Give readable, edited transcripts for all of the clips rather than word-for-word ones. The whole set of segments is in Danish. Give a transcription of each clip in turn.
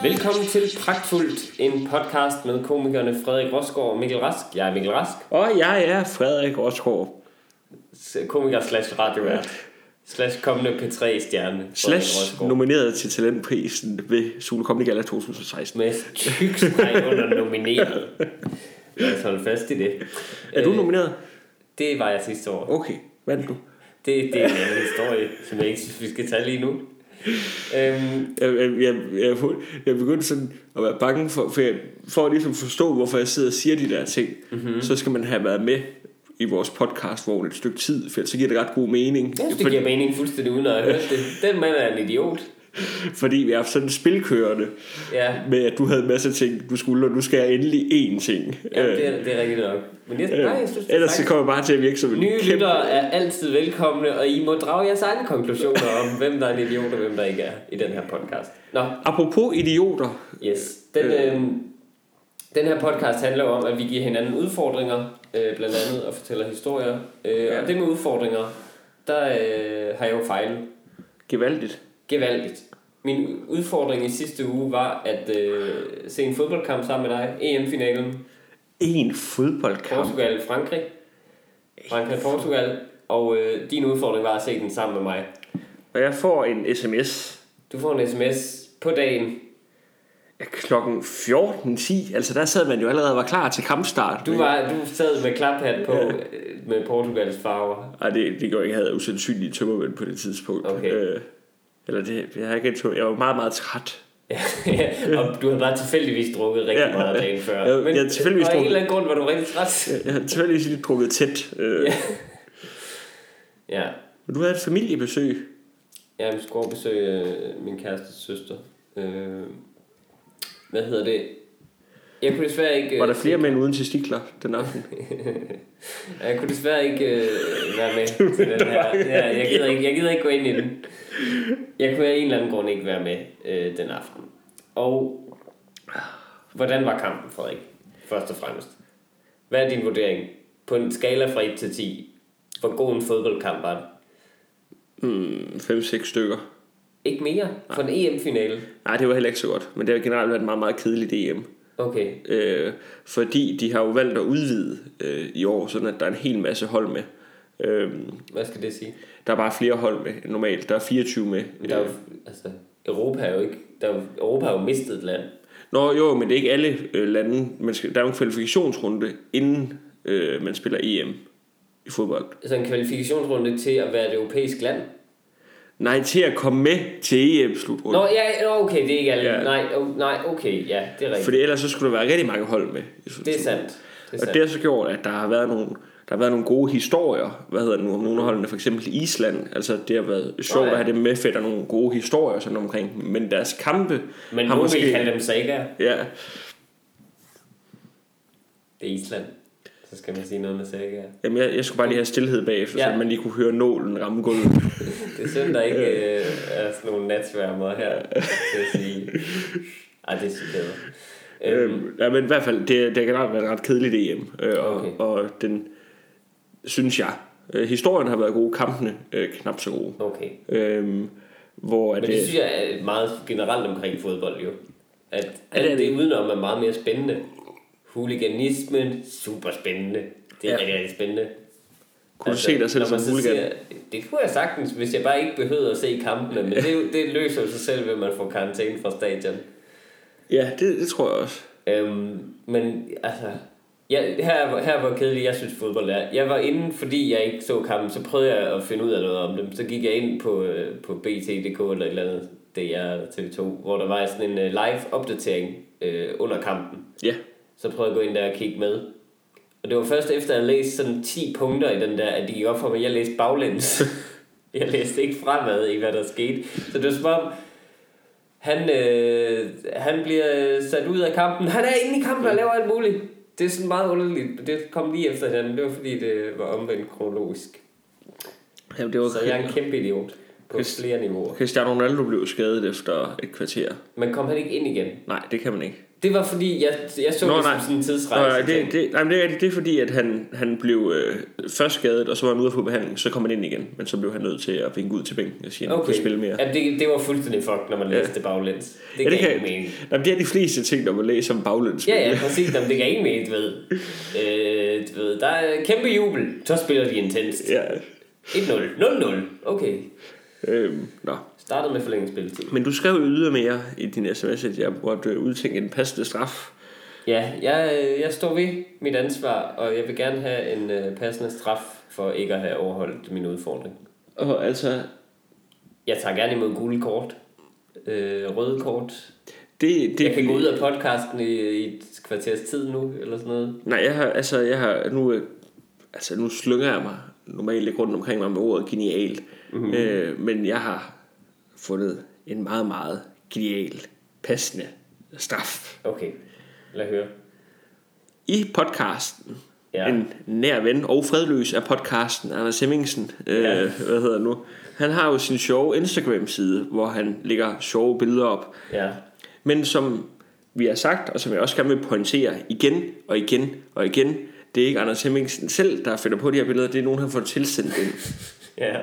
Velkommen til Pragtfuldt, en podcast med komikerne Frederik Rosgaard og Mikkel Rask. Jeg er Mikkel Rask. Og jeg er Frederik Rosgaard. Komiker slash radiovært slash kommende P3-stjerne. Slash nomineret til talentprisen ved Zulu Comedy Gala 2016. Med tyk streg under nomineret. Lad os holde fast i det. Er du nomineret? Det var jeg sidste år. Okay, vandt du? Det er en anden historie, som jeg ikke synes, vi skal tage lige nu. Jeg begyndte sådan at være bange for at ligesom forstå, hvorfor jeg sidder og siger de der ting. Så skal man have været med i vores podcast hvor et stykke tid, for så giver det ret god mening. Ja, det giver mening fuldstændig uden at have hørt det. Den mand er en idiot. Fordi vi har haft sådan en spilkørende med, at du havde en masse ting, du skulle, og nu skal jeg endelig én ting. Ja, det er rigtigt nok. Men jeg synes, det ellers så kommer jeg bare til at virke som en nye lyttere er altid velkomne, og I må drage jeres egne konklusioner om, hvem der er en idiot, og hvem der ikke er i den her podcast. Nå. Apropos idioter. Yes. Den her podcast handler om, at vi giver hinanden udfordringer, blandt andet, og fortæller historier. Og det med udfordringer, der har jeg jo fejlet. Gevaldigt. Min udfordring i sidste uge var at se en fodboldkamp sammen med dig. EM-finalen. En fodboldkamp? Portugal-Frankrig. Frankrig-Portugal. Og din udfordring var at se den sammen med mig. Og jeg får en sms. Du får en sms på dagen. Klokken 14:10. Altså der sad man jo allerede var klar til kampstart. Du sad med klaphat på med Portugals farver. Nej, det gjorde jeg ikke. Jeg havde usandsynlige tømmermænd på det tidspunkt. Okay. Jeg var meget, meget træt. Og du havde bare tilfældigvis drukket rigtig meget dagen før. Men tilfældigvis af en eller anden grund var du rigtig træt. Jeg havde tilfældigvis lidt drukket tæt. Ja. Men du havde et familiebesøg. Ja, jeg skulle besøge min kærestes søster. Hvad hedder det? Jeg kunne desværre ikke... Var der flere mænd uden testikler den aften? Jeg kunne desværre ikke være med til den her. Jeg gider ikke gå ind i den. Jeg kunne af en eller anden grund ikke være med den aften. Og hvordan var kampen, Frederik? Først og fremmest. Hvad er din vurdering? På en skala fra 1 til 10. Hvor god en fodboldkamp var det? 5-6 stykker. Ikke mere? For en EM-finale? Nej, det var heller ikke så godt. Men det har generelt været et meget, meget kedeligt EM. Okay. Fordi de har jo valgt at udvide i år, sådan at der er en hel masse hold med. Hvad skal det sige? Der er bare flere hold med end normalt. Der er 24 med. Der er jo, Europa er jo ikke... Europa har jo mistet et land. Nå jo, men det er ikke alle lande. Der er jo en kvalifikationsrunde, inden man spiller EM i fodbold. Altså en kvalifikationsrunde til at være et europæisk land? Nej, til at komme med til EM-slutrunden. Nå, ja, okay, det er ikke alle. Ja. Nej, okay, ja, det er rigtigt. Fordi ellers så skulle der være rigtig mange hold med. Det er sandt. Og det har så gjort, at der har været nogle gode historier. Om nogle af holdene, for eksempel Island. Altså det har været sjovt at have dem med, for der er nogle gode historier sådan omkring. Men deres kampe... Men nu vil I kalde dem sager. Ja. Det er Island. Så skal man sige noget med sager. Jamen jeg skulle bare lige have stillhed bagefter, så man lige kunne høre nålen ramme gulvet. Det er synd, der ikke er sådan nogle natsværmer her, til at sige. Ej, det er super. Ja, men i hvert fald, det har generelt været ret kedeligt EM. Okay. Og den, synes jeg, historien har været gode, kampene knap så gode. Okay. Men det synes jeg er meget generelt omkring fodbold jo. At det udenom er meget mere spændende. Hooliganismen, super spændende. Det er rigtig spændende. Kunne du se dig selv som hooligan? Det kunne jeg sagtens, hvis jeg bare ikke behøvede at se kampene. Men det løser jo sig selv, ved man får karantæne fra stadion. Ja, det tror jeg også. Men altså... Her var kedeligt, jeg synes fodbold er. Jeg var inde, fordi jeg ikke så kampen, så prøvede jeg at finde ud af noget om dem. Så gik jeg ind på BT.dk eller et eller andet, DR TV2, hvor der var sådan en live opdatering under kampen. Ja. Så prøvede jeg at gå ind der og kigge med. Og det var først efter, at jeg læste sådan 10 punkter i den der, at det gik op for mig, jeg læste baglæns. Jeg læste ikke fremad i, hvad der skete. Så det var som om, han bliver sat ud af kampen. Han er inde i kampen og laver alt muligt. Det er sådan meget underligt. Det kom lige efter hinanden. Det var fordi, det var omvendt kronologisk. Jamen, det var så jeg er en kæmpe idiot. på flere niveauer. Cristiano Ronaldo blev skadet efter et kvarter. Men kom han ikke ind igen? Nej, det kan man ikke. Det var fordi, jeg så det som sådan en tidsrejse. Det er fordi, at han blev først skadet, og så var han ude at få behandling, så kom han ind igen. Men så blev han nødt til at vinke ud til bænken og sige, at han kunne spille mere. Ja, det var fuldstændig fuck, når man læste baglæns. Det gav ikke mening. Jamen, det er de fleste ting, når man læser om baglæns. Ja, præcis. Jamen, det gav ikke mening, du ved. Der er kæmpe jubel. Så spiller de intenst. Ja. 1-0. 0-0. Okay. Nå. Startede med forlænget spilletid. Men du skrev ydermere i din sms, at jeg burde udtænke en passende straf. Ja, jeg står ved mit ansvar, og jeg vil gerne have en passende straf for ikke at have overholdt min udfordring. Og altså... Jeg tager gerne imod gule kort. Røde kort. Det jeg kan gå ud af podcasten i et kvarters tid nu, eller sådan noget. Nej, jeg har nu... nu slynger jeg mig normalt ikke rundt omkring mig med ordet genialt. Mm-hmm. Men jeg har fundet en meget, meget genial, passende straf. Okay, lad høre. I podcasten, en nær ven og fredløs af podcasten, Anders Hemmingsen, hvad hedder nu? Han har jo sin sjove Instagram-side, hvor han lægger sjove billeder op. Ja. Men som vi har sagt, og som jeg også gerne vil pointere igen og igen og igen, det er ikke Anders Hemmingsen selv, der finder på de her billeder, det er nogen, der får tilsendt ind. Ja.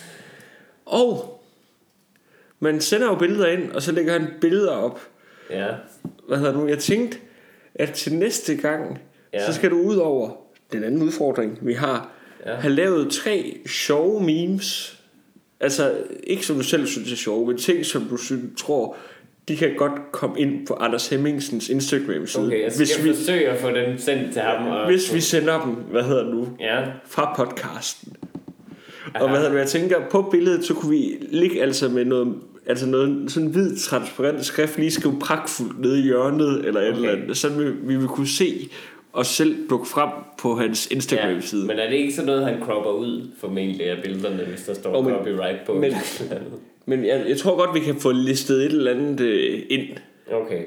Og man sender jo billeder ind, og så lægger han billeder op. Ja. Hvad hedder nu? Jeg tænkte, at til næste gang, så skal du ud over den anden udfordring, vi har, have lavet 3 sjove memes. Altså, ikke som du selv synes er sjove, men ting, som du tror, de kan godt komme ind på Anders Hemmingsens Instagram-side. Okay, jeg skal forsøge at få dem sendt til ham. Og hvis vi sender dem, fra podcasten. Aha. Og hvad hedder det, jeg tænker, på billedet, så kunne vi ligge altså med noget sådan hvid, transparent skrift, lige skrive pragtfuldt nede i hjørnet, eller et eller andet, så vi vil kunne se os selv dukke frem på hans Instagram-side. Men er det ikke sådan noget, han cropper ud formentlig af billederne, hvis der står copyright på? Men jeg tror godt, vi kan få listet et eller andet ind. Okay.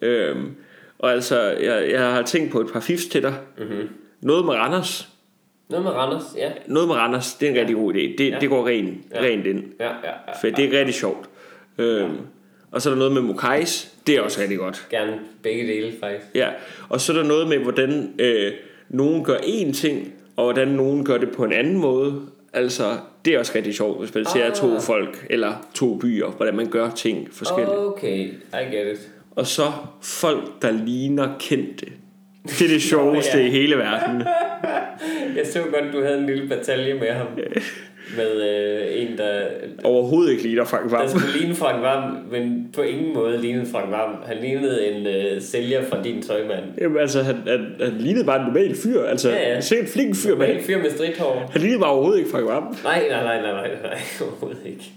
Og altså, jeg har tænkt på et par fifs til dig. Mm-hmm. Noget med Randers. Noget med Randers, ja. Noget med Randers, det er en rigtig god idé. Det går rent ind. Ja. For det er rigtig sjovt. Og så er der noget med Mokais. Det er også rigtig godt. Gerne begge dele, faktisk. Ja, og så er der noget med, hvordan nogen gør én ting, og hvordan nogen gør det på en anden måde. Altså, det er også rigtig sjovt, hvis man ser 2 folk eller 2 byer, hvordan man gør ting forskelligt. Okay, I get it. Og så folk, der ligner kendte. Det er det sjoveste i hele verden. Jeg så godt, du havde en lille batalje med ham. Med en, der overhovedet ikke ligner Frank Hvam. Der skulle ligne Frank Hvam, men på ingen måde lignede Frank Hvam. Han lignede en sælger fra din tøjmand. Jamen altså, han lignede bare en normal fyr. Altså, sikkert en flink fyr. En fyr med stridthår. Han lignede bare overhovedet ikke Frank Hvam. Nej, overhovedet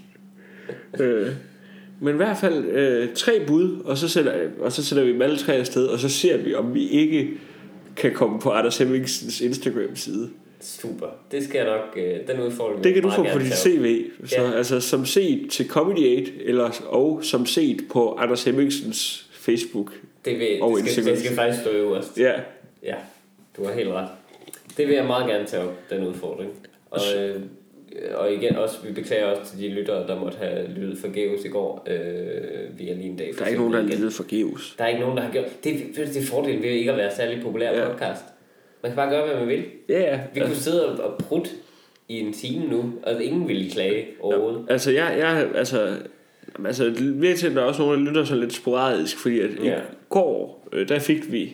ikke. Men i hvert fald 3 bud, og så sætter vi dem alle 3 afsted, og så ser vi, om vi ikke kan komme på Anders Hemmingsens Instagram-side. Super. Det skal jeg nok, den udfordring. Det kan du få på dit CV. Så, altså som set til Comedy 8, og som set på Anders Hemmingsens Facebook og Instagram. Det skal faktisk stå øverst. Ja. Ja, du har helt ret. Det vil jeg meget gerne tage op, den udfordring. Og igen også, vi beklager også til de lyttere, der måtte have lyttet forgæves i går. Vi er lige en dag for. Der er ikke nogen, der har lyttet forgæves. Der er ikke nogen, der har gjort. Det er fordelen ved ikke at være særlig populær podcast. Man kan bare gøre, hvad man vil. Ja. Vi kunne sidde og prutte i en time nu, og ingen ville klage overhovedet. Altså, virkelig til, der er også nogen, der lytter så lidt sporadisk, fordi at i går, der fik vi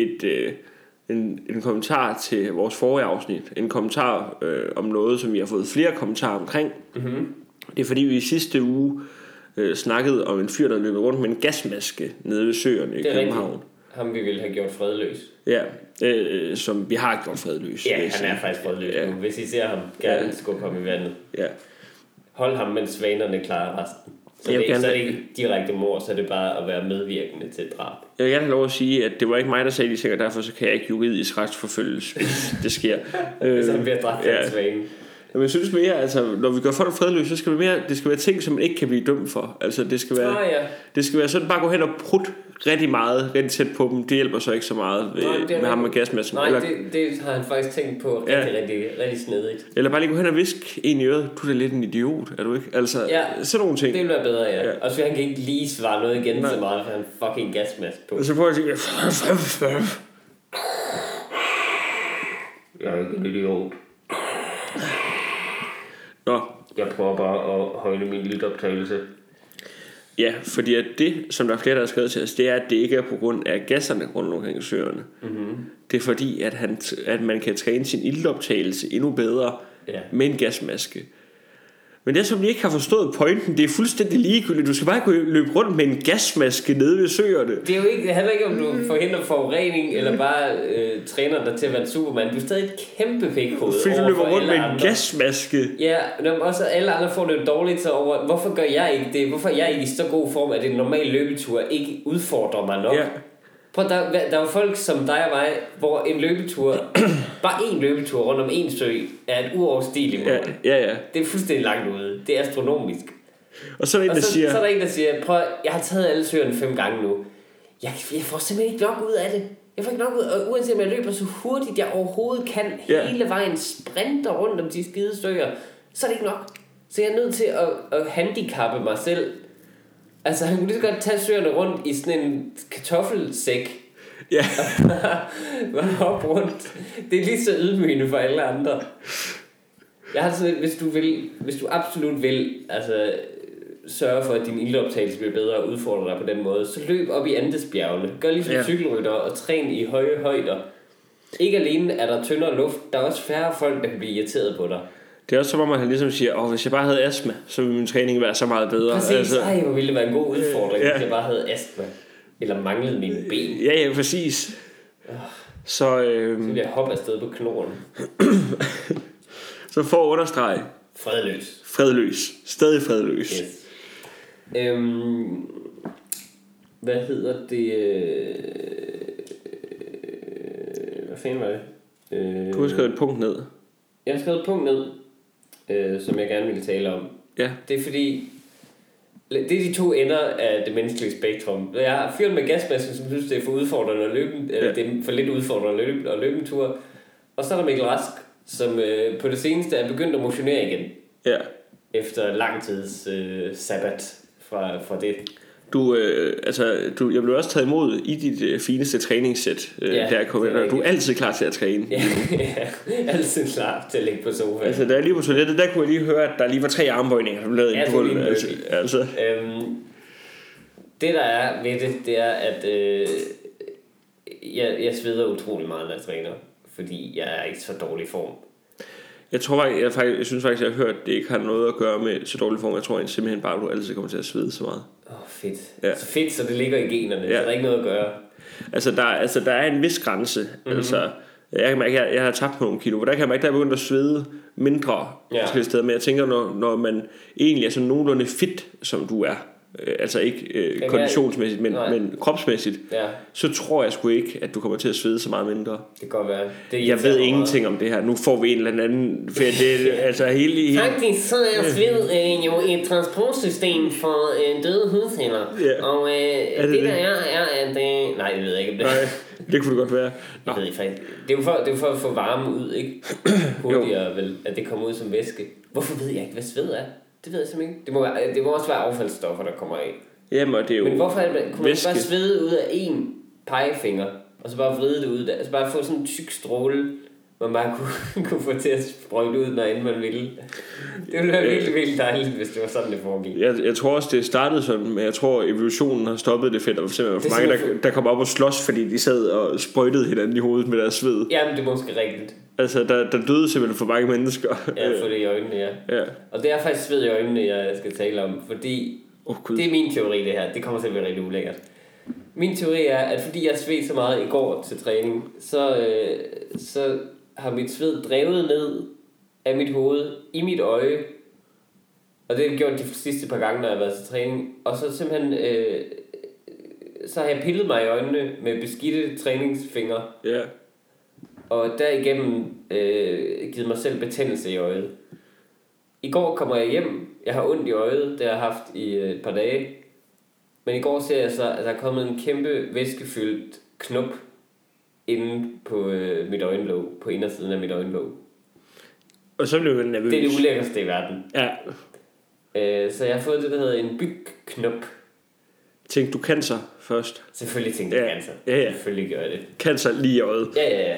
en kommentar til vores forrige afsnit. En kommentar om noget, som vi har fået flere kommentarer omkring. Mm-hmm. Det er fordi, vi i sidste uge snakkede om en fyr, der løb rundt med en gasmaske nede ved søerne i København. Rigtigt. Ham vi ville have gjort fredløs. Ja, som vi har gjort fredløs. Ja, han er faktisk fredløs nu. Hvis I ser ham, gerne skubbe ham i vandet. Ja. Hold ham, mens svanerne klarer resten. Så det er ikke direkte mord, så er det bare at være medvirkende til drab. Jeg vil gerne have lov at sige, at det var ikke mig, der sagde de ting, og derfor så kan jeg ikke juridisk retsforfølges, hvis det sker. Hvis han bliver dræbt af en svane. Men jeg synes mere, altså, når vi gør folk fredløse, så skal det være ting, som man ikke kan blive dømt for. Altså, det skal være sådan, bare gå hen og prut rigtig meget, rigtig tæt på dem, det hjælper så ikke så meget med ham med gasmasken. Nej, det har han faktisk tænkt på rigtig snedigt. Eller bare lige gå hen og viske en i øret, du er da lidt en idiot, er du ikke? Altså, sådan nogle ting. Det vil være bedre, ja. Og så han kan ikke lige svare noget igen så meget, for han fucking gasmask på. Og så prøver jeg at sige, jeg er ikke en idiot. Nå. Jeg prøver bare at højne min lille optagelse. Ja, fordi at det, som der er flere, der har skrevet til os, det er, at det ikke er på grund af gasserne rundt omkring søerne. Mm-hmm. Det er fordi, at man kan træne sin iltoptagelse endnu bedre med en gasmaske. Men det som de ikke har forstået pointen, det er fuldstændig ligegyldigt. Du skal bare løbe rundt med en gasmaske nede ved søerne. Det er jo ikke, det handler ikke om du forhindrer forurening eller bare træner dig til at være en superman. Du er stadig et kæmpe pikhoved. Fordi du løber rundt med en gasmaske. Ja, men også alle andre får det dårligt så over. Hvorfor gør jeg ikke det? Hvorfor er jeg ikke i så god form, at en normal løbetur ikke udfordrer mig nok? Ja. Prøv, der er jo folk som dig og mig, hvor en løbetur, bare én løbetur rundt om en sø, er et uoverstigeligt mål. Ja. Det er fuldstændig langt ude. Det er astronomisk. Og så er der så er der en, der siger, prøv, jeg har taget alle søerne 5 gange nu. Jeg får simpelthen ikke nok ud af det. Jeg får ikke nok ud, og uanset om jeg løber så hurtigt, jeg overhovedet kan, hele vejen sprinter rundt om de skide søer, så er det ikke nok. Så jeg er nødt til at handicappe mig selv. Altså han kunne lige så godt tage søerne rundt i sådan en kartoffelsæk. Ja. Bare hoppe rundt. Det er lige så ydmygende for alle andre. Jeg har sådan, hvis du absolut vil sørge for, at din iltoptagelse bliver bedre og udfordre dig på den måde, så løb op i Andesbjergene. Gør ligesom cykelrytter og træn i høje højder. Ikke alene er der tyndere luft, der er også færre folk, der kan blive irriteret på dig. Det er også som om, han ligesom siger, hvis jeg bare havde astma, så ville min træning være så meget bedre. Præcis, hvor ville det være en god udfordring, hvis jeg bare havde astma. Eller manglede mine ben. Ja, præcis. Så vil jeg hoppe afsted på knoren. Så for at understrege. Fredløs. Stadig fredløs. Yes. Hvad hedder det? Hvad fanden var det? Du har skrevet et punkt ned. Jeg har skrevet et punkt ned, som jeg gerne ville tale om. Ja. Det er fordi, det er de to ender af det menneskelige spektrum. Jeg har fyret med gasmasken, som synes, det er for udfordrende at løbe, eller det er for lidt udfordrende at løbe en tur. Og så er der Mikkel Rask, som på det seneste er begyndt at motionere igen. Ja. Efter lang tids sabbat fra det. Jeg blev også taget imod i dit fineste træningssæt, der jeg kom ind. Du er altid klar til at træne. Ja, altid klar til at ligge på sofaen. Altså, da jeg lige på toilettet, der kunne jeg lige høre, at der lige var 3 armbøjninger, du lavede på gulvet. Det der er ved det er, at jeg sveder utrolig meget, når jeg træner. Fordi jeg er ikke så dårlig form. Jeg synes faktisk, jeg har hørt, at det ikke har noget at gøre med så dårlig form. Jeg tror simpelthen bare, at du altid kommer til at svede så meget. Fedt. Ja. Så fedt, så det ligger i generne. Så der er ikke noget at gøre. Der er en vis grænse. Mm-hmm. Altså, jeg kan mærke, jeg har tabt nogle kilo, hvor der kan jeg mærke, at jeg er begyndt at svede mindre forskellige steder. Men jeg tænker, når man egentlig er sådan nogenlunde fit, som du er, altså ikke konditionsmæssigt, men kropsmæssigt, så tror jeg sgu ikke, at du kommer til at svede så meget mindre. Det kan godt være. Jeg ved ingenting om det her. Nu får vi en eller anden... Faktisk så er sved jo et transportsystem for døde hudceller. Yeah. Og det der er at... nej, det ved jeg ikke. Nej, det kunne det godt være. Jeg ved ikke, faktisk. Det er jo for at få varme ud, ikke? Hurtigere vel, at det kommer ud som væske. Hvorfor ved jeg ikke, hvad sved er? Det ved jeg simpelthen ikke. Det må også være affaldsstoffer, der kommer af. Jamen, det er jo... Men hvorfor kunne man ikke bare svede ud af en pegefinger, og så bare vride det ud der? Altså bare få sådan en tyk stråle, man bare kunne få til at sprøjte ud, når end man ville. Det ville være virkelig, virkelig dejligt, hvis det var sådan, det foregik. Jeg tror også, det startede sådan, men jeg tror, evolutionen har stoppet det fedt. Der var simpelthen for mange, der kom op og slås, fordi de sad og sprøjtede hinanden i hovedet med deres sved. Jamen, det er måske rigtigt. Altså, der døde simpelthen for mange mennesker. Ja, for det i øjnene, ja. Og det er faktisk sved i øjnene, jeg skal tale om, fordi det er min teori, det her. Det kommer til at blive rigtig ulækkert. Min teori er, at fordi jeg sved så meget i går til træning, så har mit sved drevet ned af mit hoved i mit øje, og det har jeg gjort de sidste par gange, når jeg har været til træning, og så simpelthen så har jeg pillet mig i øjnene med beskidte træningsfingre, og derigennem givet mig selv betændelse i øjet. I går kommer jeg hjem, jeg har ondt i øjet, det har jeg haft i et par dage, Men i går ser jeg så, at der er kommet en kæmpe væskefyldt knop inde på mit øjenlåg, på indersiden af mit øjenlåg. Og så blev jeg nervøs. Det er det ulækkerste i verden. Ja. Så jeg har fået det, der hedder en bygknop. Tænkte du cancer først? Selvfølgelig tænkte jeg cancer. Ja. Selvfølgelig gør jeg det. Cancer lige i øjet. Ja.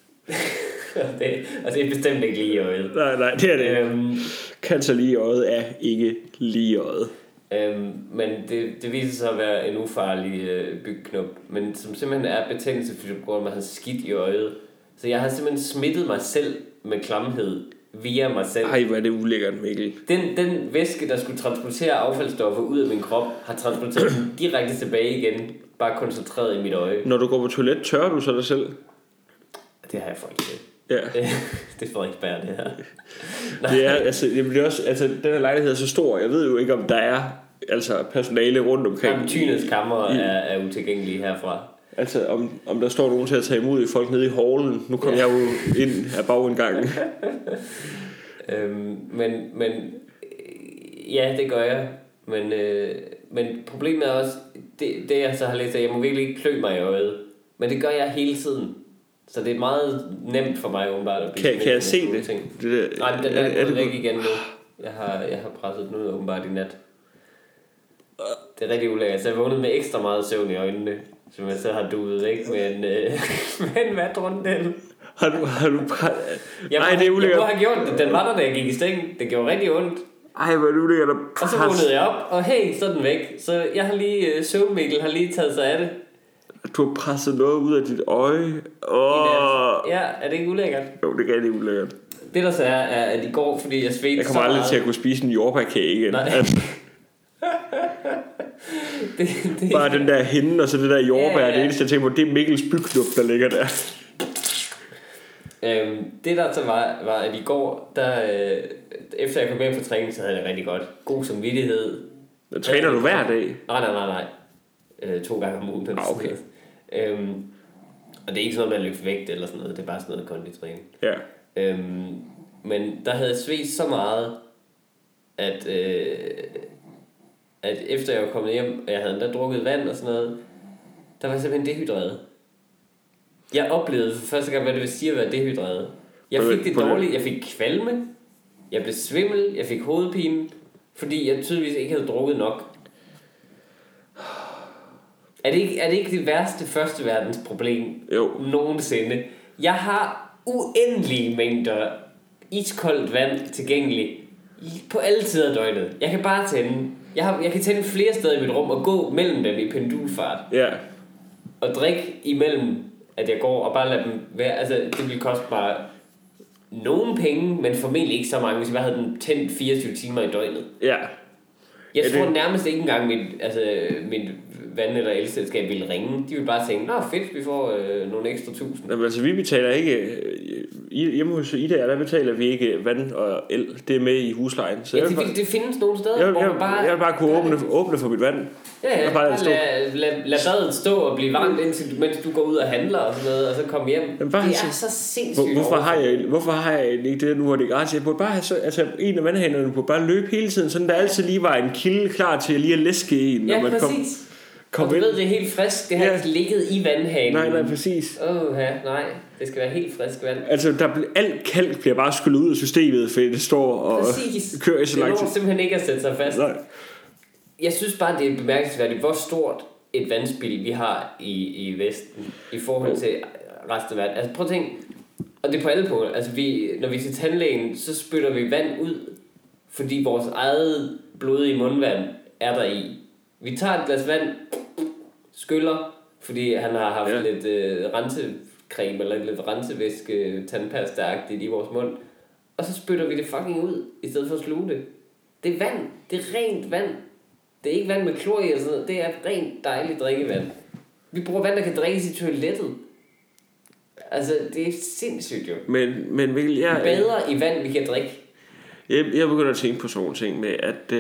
Og det er bestemt ikke lige i øjet. Nej, det er det. Cancer lige i øjet er ikke lige i øjet. Men det viser sig at være en ufarlig bygknop, men som simpelthen er betændelse, fordi man har skidt i øjet. Så jeg har simpelthen smittet mig selv med klamhed via mig selv. Ej, hvor er det ulækkert, Mikkel. Den væske, der skulle transportere affaldsstoffer ud af min krop, har transporteret den direkte tilbage igen, bare koncentreret i mit øje. Når du går på toilet, tørrer du så dig selv? Det har jeg faktisk ikke. Ja. Det får ikke bære det her. Det er, altså, det bliver også, altså, den her lejlighed er så stor. Jeg ved jo ikke, om der er altså, personale rundt omkring. Tynets kammer er utilgængelige herfra. Altså, om der står nogen til at tage imod folk nede i hallen. Nu kommer jeg jo ind af bagindgangen. Men ja, det gør jeg. Men problemet er også, det jeg så har læst, at jeg må virkelig ikke klø mig i øjet. Men det gør jeg hele tiden. Så det er meget nemt for mig åbenbart at blive kan jeg se det? Nej, den er gået væk igen nu. Jeg har presset den ud åbenbart i nat. Det er rigtig ulækkert. Så jeg vågnede med ekstra meget søvn i øjnene, som jeg så har duet væk med en vatrundel. Har du nej, det er ulækkert. Jeg må have gjort det. Den var der, da jeg gik i seng. Det gjorde rigtig ondt. Ej, hvor er det ulækkert. Og så vågnede jeg op, og hey, så er den væk. Så jeg har lige, Søvnmikkel har lige taget sig af det. Du har presset noget ud af dit øje. Ja, er det ikke ulækkert? Jo, det er ulækkert. Det der så er, at i går, fordi jeg svedte. Jeg kommer aldrig til at kunne spise en jordbærkage igen. det bare den der hende og så det der jordbær. Ja. Det eneste jeg tænker på, det er Mikkels bygknop, der ligger der. Det der så var at i går, der efter jeg kom hjem fra træning, så havde jeg det rigtig godt. God samvittighed. Træner du hver dag? Nej. 2 gange om ugen. Okay. Og det er ikke sådan noget med at løfte vægt eller sådan noget. Det er bare sådan noget konditræning. Ja. Men der havde jeg svedt så meget, at efter jeg var kommet hjem, og jeg havde endda drukket vand og sådan noget, der var jeg simpelthen dehydreret. Jeg oplevede for første gang, hvad det vil sige at være dehydreret. Jeg fik det dårligt. Jeg fik kvalme. Jeg blev svimmel. Jeg fik hovedpine. Fordi jeg tydeligvis ikke havde drukket nok. Er det ikke det værste første verdens problem nogensinde? Jeg har uendelige mængder iskoldt vand tilgængeligt på alle tider af døgnet. Jeg kan bare tænde. Jeg kan tænde flere steder i mit rum og gå mellem dem i pendulfart. Ja. Og drikke imellem, at jeg går og bare lade dem være. Altså, det ville koste mig nogle penge, men formentlig ikke så mange, hvis jeg havde den tændt 24 timer i døgnet. Ja. Jeg tror nærmest ikke engang mit vand- eller elselskab ville ringe. De ville bare tænke, nå fedt, vi får nogle ekstra 1000. Jamen, altså vi betaler ikke hjemme hos Ida, der betaler vi ikke vand og el. Det er med i huslejen. Så ja, det findes nogle steder, jeg vil bare kunne åbne for mit vand. Ja, bare lad badet stå og blive varmt, mens du går ud og handler og sådan noget, og så komme hjem. Jamen, det er så sindssygt. Hvorfor har jeg ikke det nu, hvor det er gratis? Jeg burde bare have en af vandhanerne på bare løbe hele tiden, sådan der altid lige var en kilde klar til lige at læske en. Ja, når man præcis. Og du ved, det er helt frisk. Det har ikke ligget i vandhanen. Nej, præcis. Nej. Det skal være helt frisk vand. Altså, alt kalk bliver bare skyllet ud af systemet, fordi det står og kører i så lang tid. Det når simpelthen ikke at sætte sig fast. Nej. Jeg synes bare, det er bemærkelsesværdigt, hvor stort et vandspild vi har i Vesten i forhold til resten af verden. Altså, prøv at tænke, og det er på alle punkter. Altså, når vi er til tandlægen, så spytter vi vand ud, fordi vores eget blodige mundvand er der i. Vi tager et glas vand, skyller, fordi han har haft lidt rensekrem eller lidt rensevæske tandpasta-agtigt i vores mund. Og så spytter vi det fucking ud, i stedet for at sluge det. Det er vand. Det er rent vand. Det er ikke vand med klor i og sådan noget. Det er rent dejligt drikkevand. Vi bruger vand, der kan drikkes i toilettet. Altså, det er sindssygt jo. Men Mikkel, bedre i vand, vi kan drikke. Jeg begynder at tænke på sådan nogle ting med, at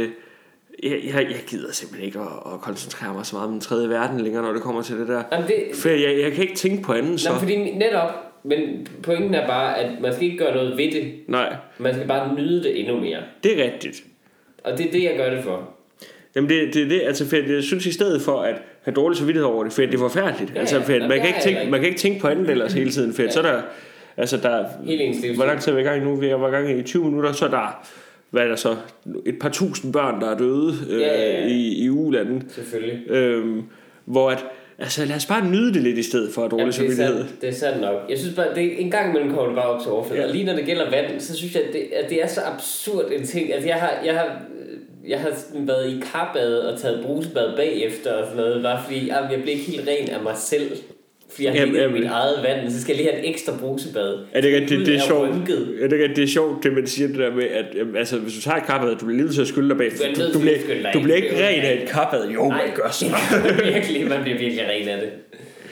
jeg gider simpelthen ikke at koncentrere mig så meget om den tredje verden længere, når det kommer til det der. For jeg kan ikke tænke på andet. Så. Fordi netop, men pointen er bare, at man skal ikke gøre noget ved det. Nej. Man skal bare nyde det endnu mere. Det er rigtigt. Og det er det, jeg gør det for. Jamen det altså for jeg synes i stedet for at have dårlig samvittighed over det, for det er forfærdeligt. Ja, altså for man kan ikke tænke på andet ellers hele tiden, for så der altså der hvor lang tid er vi i gang nu? Vi er i gang i 20 minutter, så der hvad er der så et par tusind børn der er døde i ulandet. Selvfølgelig. Hvor at altså lad os bare nyde det lidt i stedet for dårlig samvittighed. Det er sandt nok. Jeg synes bare det en gang imellem kommer det bare op til overfladen. Og lige når det gælder vand, så synes jeg at det er så absurd en ting. Altså jeg har været i karbad og taget brusebad bagefter og sådan noget, bare fordi jeg blev ikke helt ren af mig selv. Fordi jeg har ligget i mit eget vand, så skal jeg lige have et ekstra brusebad. Er det ikke det er sjovt? Er det ikke det er sjovt det man siger det der med at altså hvis du tager et karbad, du bliver lige til at skylde dig bag. Du bliver ikke ren af et karbad. Jo, man gør så. Virkelig, man bliver virkelig ren af det.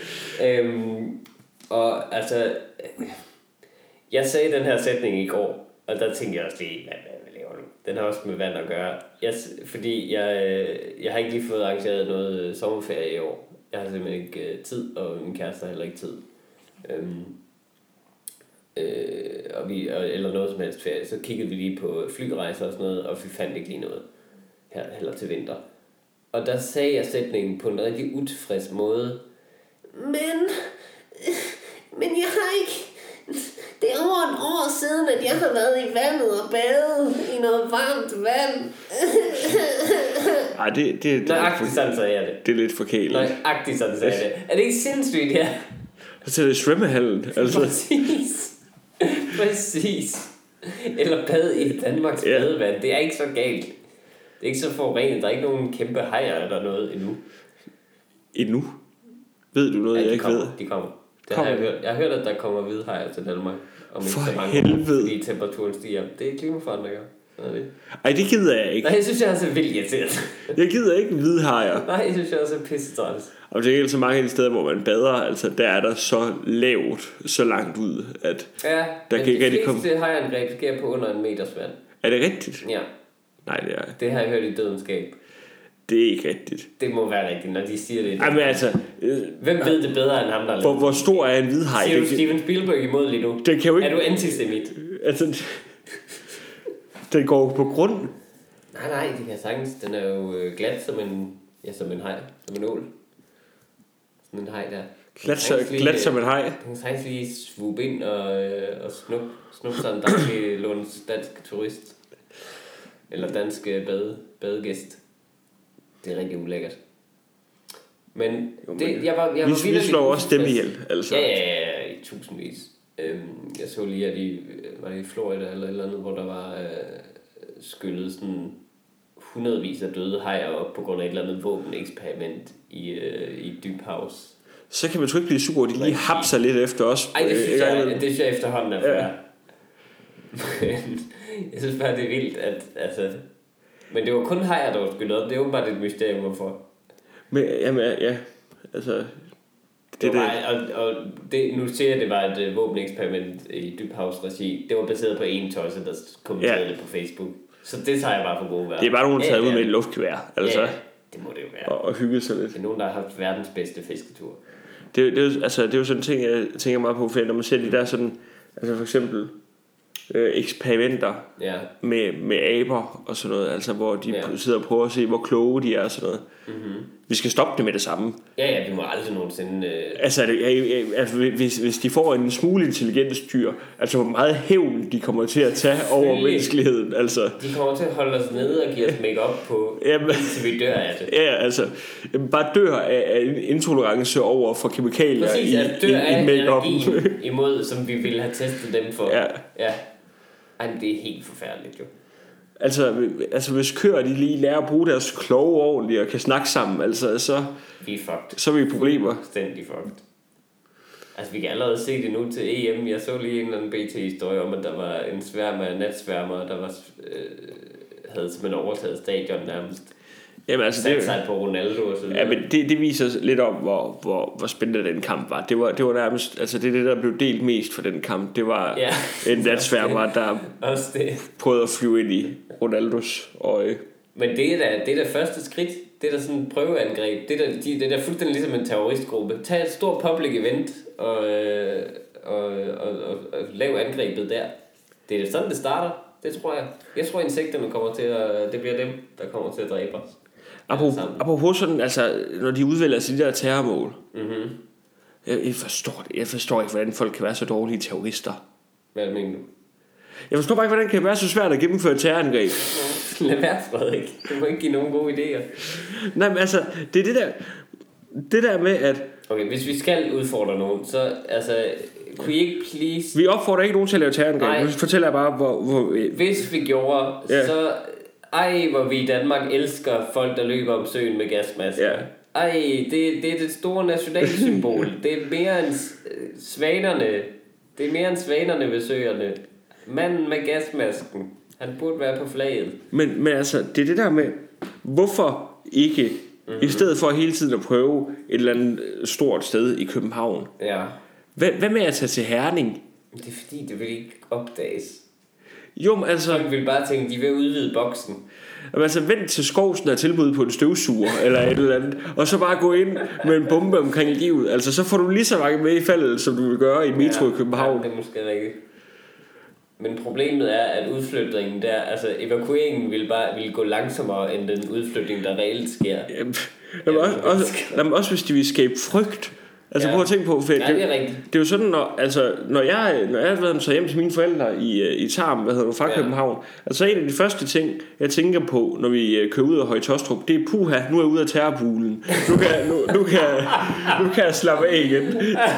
Og altså jeg sagde den her sætning i går, og der tænkte jeg også lige, hvad laver du? Den har også med vand at gøre. Fordi jeg har ikke lige fået arrangeret noget sommerferie i år. Jeg har simpelthen ikke tid, og min kæreste har heller ikke tid. Eller noget som helst ferie. Så kiggede vi lige på flyrejser og sådan noget, og vi fandt ikke lige noget her heller til vinter. Og der sagde jeg sætningen på en rigtig utilfreds måde. Men jeg har ikke... Det er over et år siden, at jeg har været i vandet og badet i noget varmt vand. Ej, det nøjagtigt sådan sagde jeg det. Det er lidt forkælet. Nøjagtigt sådan sagde jeg det. Er det ikke sindssygt, ja? Så er det svømmehallen, altså. Præcis. Eller bad i Danmarks badevand. Det er ikke så galt. Det er ikke så forurenet. Der er ikke nogen kæmpe hajer eller noget endnu. Ved du noget, jeg ikke ved? De kommer. Jeg har hørt, at der kommer hvidhajer til Danmark om ikke så mange år, fordi temperaturen stiger. Det er klimaforandringer. Ej, det gider jeg ikke. Nej, jeg synes, jeg er så vildt irriteret. Jeg gider ikke hvidhajer. Nej, jeg synes, jeg er så pissetræls. Og det er ikke så mange af de steder, hvor man bader, altså der er der så lavt, så langt ud, at der kan ikke rigtig komme... Ja, de fleste hajangreb sker på under 1 meters vand. Er det rigtigt? Ja. Nej, det er... Det har jeg hørt i Dødens Gab. Det er ikke rigtigt. Det må være rigtigt, når de siger det. Jamen altså... Hvem ved det bedre end ham, der hvor stor er en hvidhaj? Siger du Steven Spielberg imod lige nu? Det kan jo ikke... Er du antisemit? Altså... Den går på grund. Nej, det kan sagtens. Den er jo glat som en haj. Som en ål. Sådan en haj der. Glat som en haj. Den kan sagtens lige swoop ind og snuppe sådan en dejlig dansk turist. Eller dansk badegæst. Det er rigtig ulækkert. Men vi slår også dem ihjel, altså. Ja, i tusindvis. Jeg så lige, at var det i Florida eller et eller andet, hvor der var skyllet sådan hundredvis af døde hajer op på grund af et eller andet våbeneksperiment i dybhavs. Så kan man sgu ikke blive sur, de lige hapser lidt efter os. Ej, det synes jeg efterhånden er fair. Jeg synes bare, det er vildt, at altså... Men det var kun hajer, der var skyllet op. Det er jo bare et mysterium, hvorfor. Men, jamen, ja, altså... Nu siger jeg, at det var et våbeneksperiment i dybhavsregi. Det var baseret på en tosse, der kommenterede det på Facebook. Så det tager jeg bare for gode værd. Det er bare nogen, der tager ud med et luftgevær. Altså. Ja, det må det jo være. Og hygge sig lidt. Det er nogen, der har haft verdens bedste fisketur. Det er jo sådan en ting, jeg tænker meget på, for når man ser de der sådan... Altså for eksempel... eksperimenter med aber og sådan noget, altså hvor de sidder og prøver at se, hvor kloge de er og sådan noget. Mm-hmm. Vi skal stoppe det med det samme. Ja, vi må aldrig nogensinde... Altså, hvis de får en smule intelligens dyr, altså hvor meget hævn de kommer til at tage over menneskeligheden. Altså. De kommer til at holde os nede og give os make-up på, indtil vi dør af det. Ja, altså, bare dør af en intolerance over for kemikalier. Præcis, at dør af energien imod, som vi ville have testet dem for. Ja. Ej, det er helt forfærdeligt jo. Altså hvis køer de lige lærer at bruge deres kloge ordentligt og kan snakke sammen, altså så vi er fucked. Så er vi i problemer. Stændig fucked. Altså vi kan allerede se det nu til EM. Jeg så lige en eller anden BT-historie om, at der var en sværm af natsværmere, der havde simpelthen overtaget stadion nærmest. Jamen, altså, det sig på Ronaldo og sådan. Ja, men det viser lidt om hvor spændende den kamp var. Det var nærmest, altså det der blev delt mest for den kamp. Det var en natsværmer, der prøvede at flyve ind i Ronaldos øje. Men det er da første skridt. Det er da sådan en prøveangreb. Det er da fuldstændig ligesom en terroristgruppe. Tag et stort public event og lav angrebet der. Det er sådan det starter. Det tror jeg. Jeg tror insekterne kommer til at... Det bliver dem, der kommer til at dræbe os. Apropos sådan, altså, når de udvælger sig de der terrormål. Mhm. Jeg forstår ikke, hvordan folk kan være så dårlige terrorister. Hvad mener du? Jeg forstår bare ikke, hvordan det kan være så svært at gennemføre et terrorangreb. Lad være, Frederik. Du må ikke give nogen gode idéer. Nej, men altså, det er det der med, at... Okay, hvis vi skal udfordre nogen, så altså... Kunne I ikke please... Vi opfordrer ikke nogen til at lave terrorangreb. Nu fortæller jeg bare, hvor... Hvis vi gjorde, så... Ej, hvor vi i Danmark elsker folk, der løber om søen med gasmasker. Ja. Ej, det er det store nationalsymbol. Det er mere end svanerne. Det er mere end svanerne ved søerne. Manden med gasmasken. Han burde være på flaget. Men altså, det er det der med, hvorfor ikke, i stedet for hele tiden at prøve et eller andet stort sted i København. Ja. Hvad med at tage til Herning? Det er fordi, det vil ikke opdages. Jo, men altså... Folk vil bare tænke, de vil udvide boksen. Altså, vent til Skovsen er tilbud på en støvsuger, eller et eller andet, og så bare gå ind med en bombe omkring livet. Altså, så får du lige så mange med i faldet, som du vil gøre i metro i København. Ja, det er måske rigtigt. Men problemet er, at udflytningen der, altså evakueringen ville gå langsommere end den udflytning, der reelt sker. Jamen, også hvis de vil skabe frygt. Altså prøv at tænke på, for det er rigtigt. Det er jo sådan, når jeg har været så hjem til mine forældre i Tarm, fra København, altså en af de første ting, jeg tænker på, når vi kører ud af Høje Taastrup, det er puha, nu er jeg ude af terrorpoolen. Nu kan jeg slappe af igen.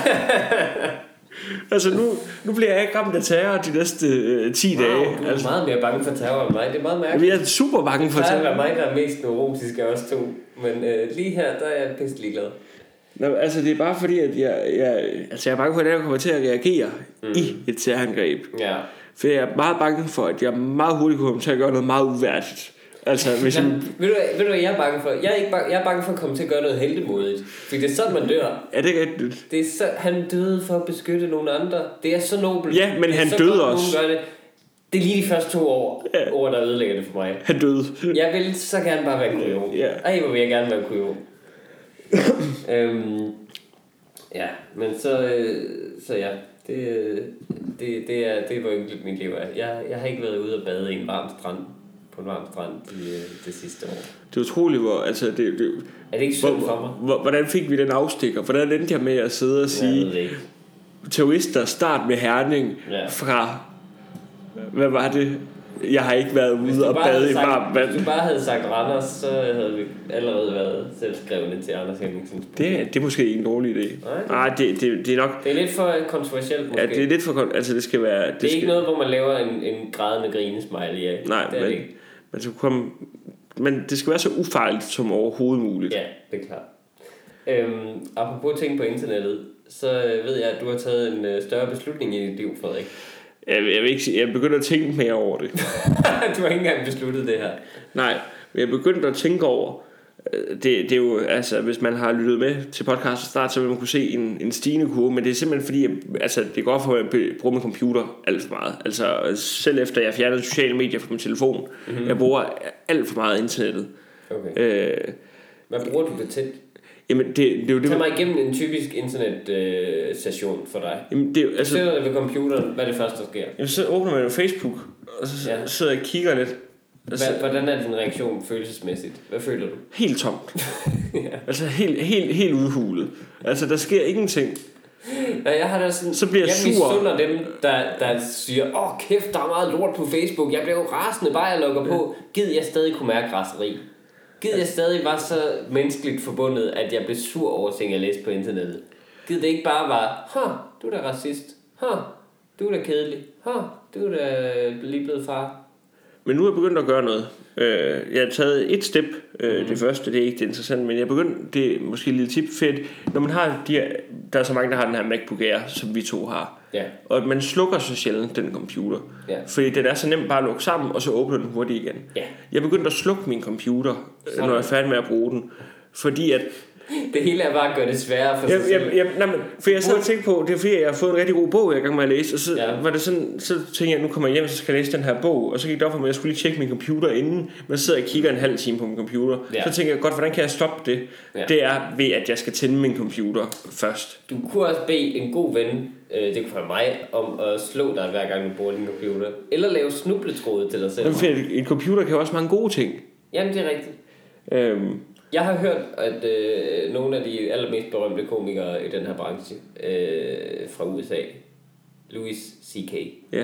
Altså nu bliver jeg ikke ramt af terror de næste 10 dage. Du er meget mere bange for terror end mig. Det er meget mærkeligt. Jeg er super bange for terror. Det er mig, der er mest neurotisk af os to. Men lige her, der er jeg pisselig glad. Nå, altså det er bare fordi, at jeg er bange for, at jeg kommer til at reagere i et terrorangreb. Ja. For jeg er meget bange for, at jeg meget hurtigt kommer til at gøre noget meget uværdigt. Altså, hvis ved du hvad jeg er bange for? Jeg er bange for at komme til at gøre noget heltemodigt. Fordi det er sådan, man dør. Er det rigtigt? Det er så, han døde for at beskytte nogle andre. Det er så nobelt. Ja, men han døde også. Det er lige de første 2 år, der ødelægger det for mig. Han døde. Jeg vil så gerne bare være kujon. Ej, hvor vil jeg gerne være kujon. Ja, men så ja, det er hvor ynkeligt mit liv er. Jeg har ikke været ude og bade i en varm strand, på en varm strand det sidste år. Det er utroligt, hvor altså er det ikke synd for mig? Hvordan fik vi den afstikker? Hvordan endte jeg med at sidde og sige terrorister start med Herning fra hvad var det? Jeg har ikke været ude og bade i varmt vand. Hvis du bare havde sagt Randers, så havde vi allerede været selvskrevne til Anders Henningsens. Det er måske ikke en dårlig idé. Nej, det er nok. Det er lidt for kontroversielt måske. Ja, det er lidt for altså det skal være. Det er ikke noget, hvor man laver en grædende grinesmiley af. Nej, men det skal være så ufarligt som overhovedet muligt. Ja, det er klart. Apropos ting på internettet, så ved jeg, at du har taget en større beslutning i dit liv, Frederik. Jeg vil ikke sige, jeg begynder at tænke mere over det. Du har ikke engang besluttet det her. Nej, men jeg begyndte at tænke over det er jo, altså hvis man har lyttet med til podcast start, så vil man kunne se en stigende kurve. Men det er simpelthen fordi altså, det går for at bruge min computer alt for meget. Altså selv efter jeg fjernede sociale medier fra min telefon, jeg bruger alt for meget internettet. Okay. Hvad bruger du det til? Jamen det er jo det. Tag mig igennem en typisk internet session for dig. Jamen det er altså. Du sidder ved computeren, hvad er det første der sker? Jamen så åbner man jo Facebook, og så sidder jeg og kigger lidt. Hvordan er din reaktion følelsesmæssigt? Hvad føler du? Helt tomt. Altså helt udhulet. Altså der sker ingenting. Ja, jeg har da sådan, så bliver jeg sur. misunder dem der siger, kæft, der er meget lort på Facebook. Jeg blev jo rasende bare jeg logger på. Gid jeg stadig kunne mærke raseri. Gid jeg stadig var så menneskeligt forbundet, at jeg blev sur over ting jeg læste på internettet. Gid det ikke bare var, du er da racist. Du er da kedelig. Du er da lige blevet far. Men nu er jeg begyndt at gøre noget. Jeg har taget et step. Det første, det er ikke det interessante, men jeg begyndt, det er måske et lille tip, fedt. Når man har der er så mange, der har den her MacBook Air, som vi to har. Ja. Og man slukker så sjældent den computer. Ja. Fordi den er så nemt bare at lukke sammen, og så åbner den hurtigt igen. Ja. Jeg begyndte at slukke min computer, når jeg er færdig med at bruge den. Fordi at det hele er bare at gøre det sværere for sig selv. For jeg sad og tænkte på, det er fordi jeg har fået en rigtig god bog, jeg er i gang med at læse. Og så var det sådan, så tænkte jeg, nu kommer jeg hjem, så skal jeg læse den her bog. Og så gik det op for mig, at jeg skulle lige tjekke min computer inden. Men så sidder jeg og kigger en halv time på min computer. Så tænker jeg, godt, hvordan kan jeg stoppe det? Det er ved, at jeg skal tænde min computer først. Du kunne også bede en god ven, det kunne være mig, om at slå dig hver gang du bruger din computer. Eller lave snubletråde til dig selv. En computer kan jo også mange gode ting. Jamen det er rigtigt. Jeg har hørt, at nogle af de allermest berømte komikere i den her branche fra USA, Louis C.K. Ja.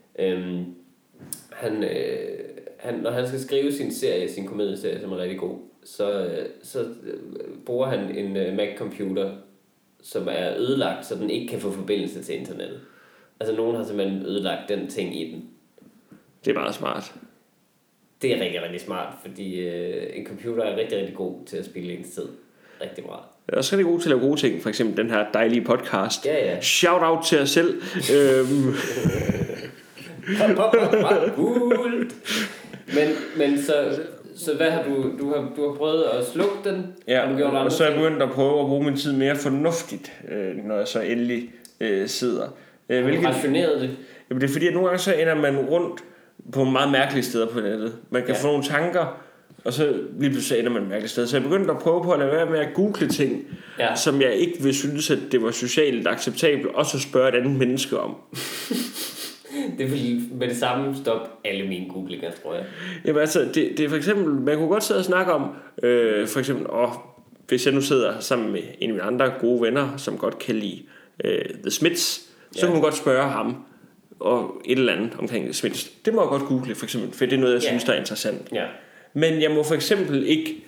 Han, når han skal skrive sin komedieserie, som er rigtig god, så bruger han en Mac-computer, som er ødelagt, så den ikke kan få forbindelse til internettet. Altså nogen har simpelthen ødelagt den ting i den. Det er meget smart. Det er rigtig, rigtig smart, fordi en computer er rigtig, rigtig god til at spille ens tid. Rigtig meget. Jeg er også rigtig god til at lave gode ting. For eksempel den her dejlige podcast. Ja. Shout out til os selv. Men så hvad har du har prøvet at slukke den? Ja, og så er jeg begyndt at prøve at bruge min tid mere fornuftigt, når jeg så endelig sidder. Har du rationeret det? Jamen det er fordi, at nogle gange så ender man rundt på meget mærkelige steder på nettet. Man kan få nogle tanker, og så lige pludselig ender man mærkelige steder. Så jeg begyndte at prøve på at lade være med at google ting, som jeg ikke ville synes, at det var socialt acceptabelt, og så spørge et andet menneske om. Det er fordi med det samme stop alle mine googlinger, tror jeg. Jamen altså, det er for eksempel, man kunne godt sidde og snakke om, for eksempel, hvis jeg nu sidder sammen med en af mine andre gode venner, som godt kan lide The Smiths, så kunne man godt spørge ham, og et eller andet omkring The Smiths. Det må jeg godt google, for eksempel, for det er noget, jeg synes, der er interessant. Ja. Men jeg må for eksempel ikke,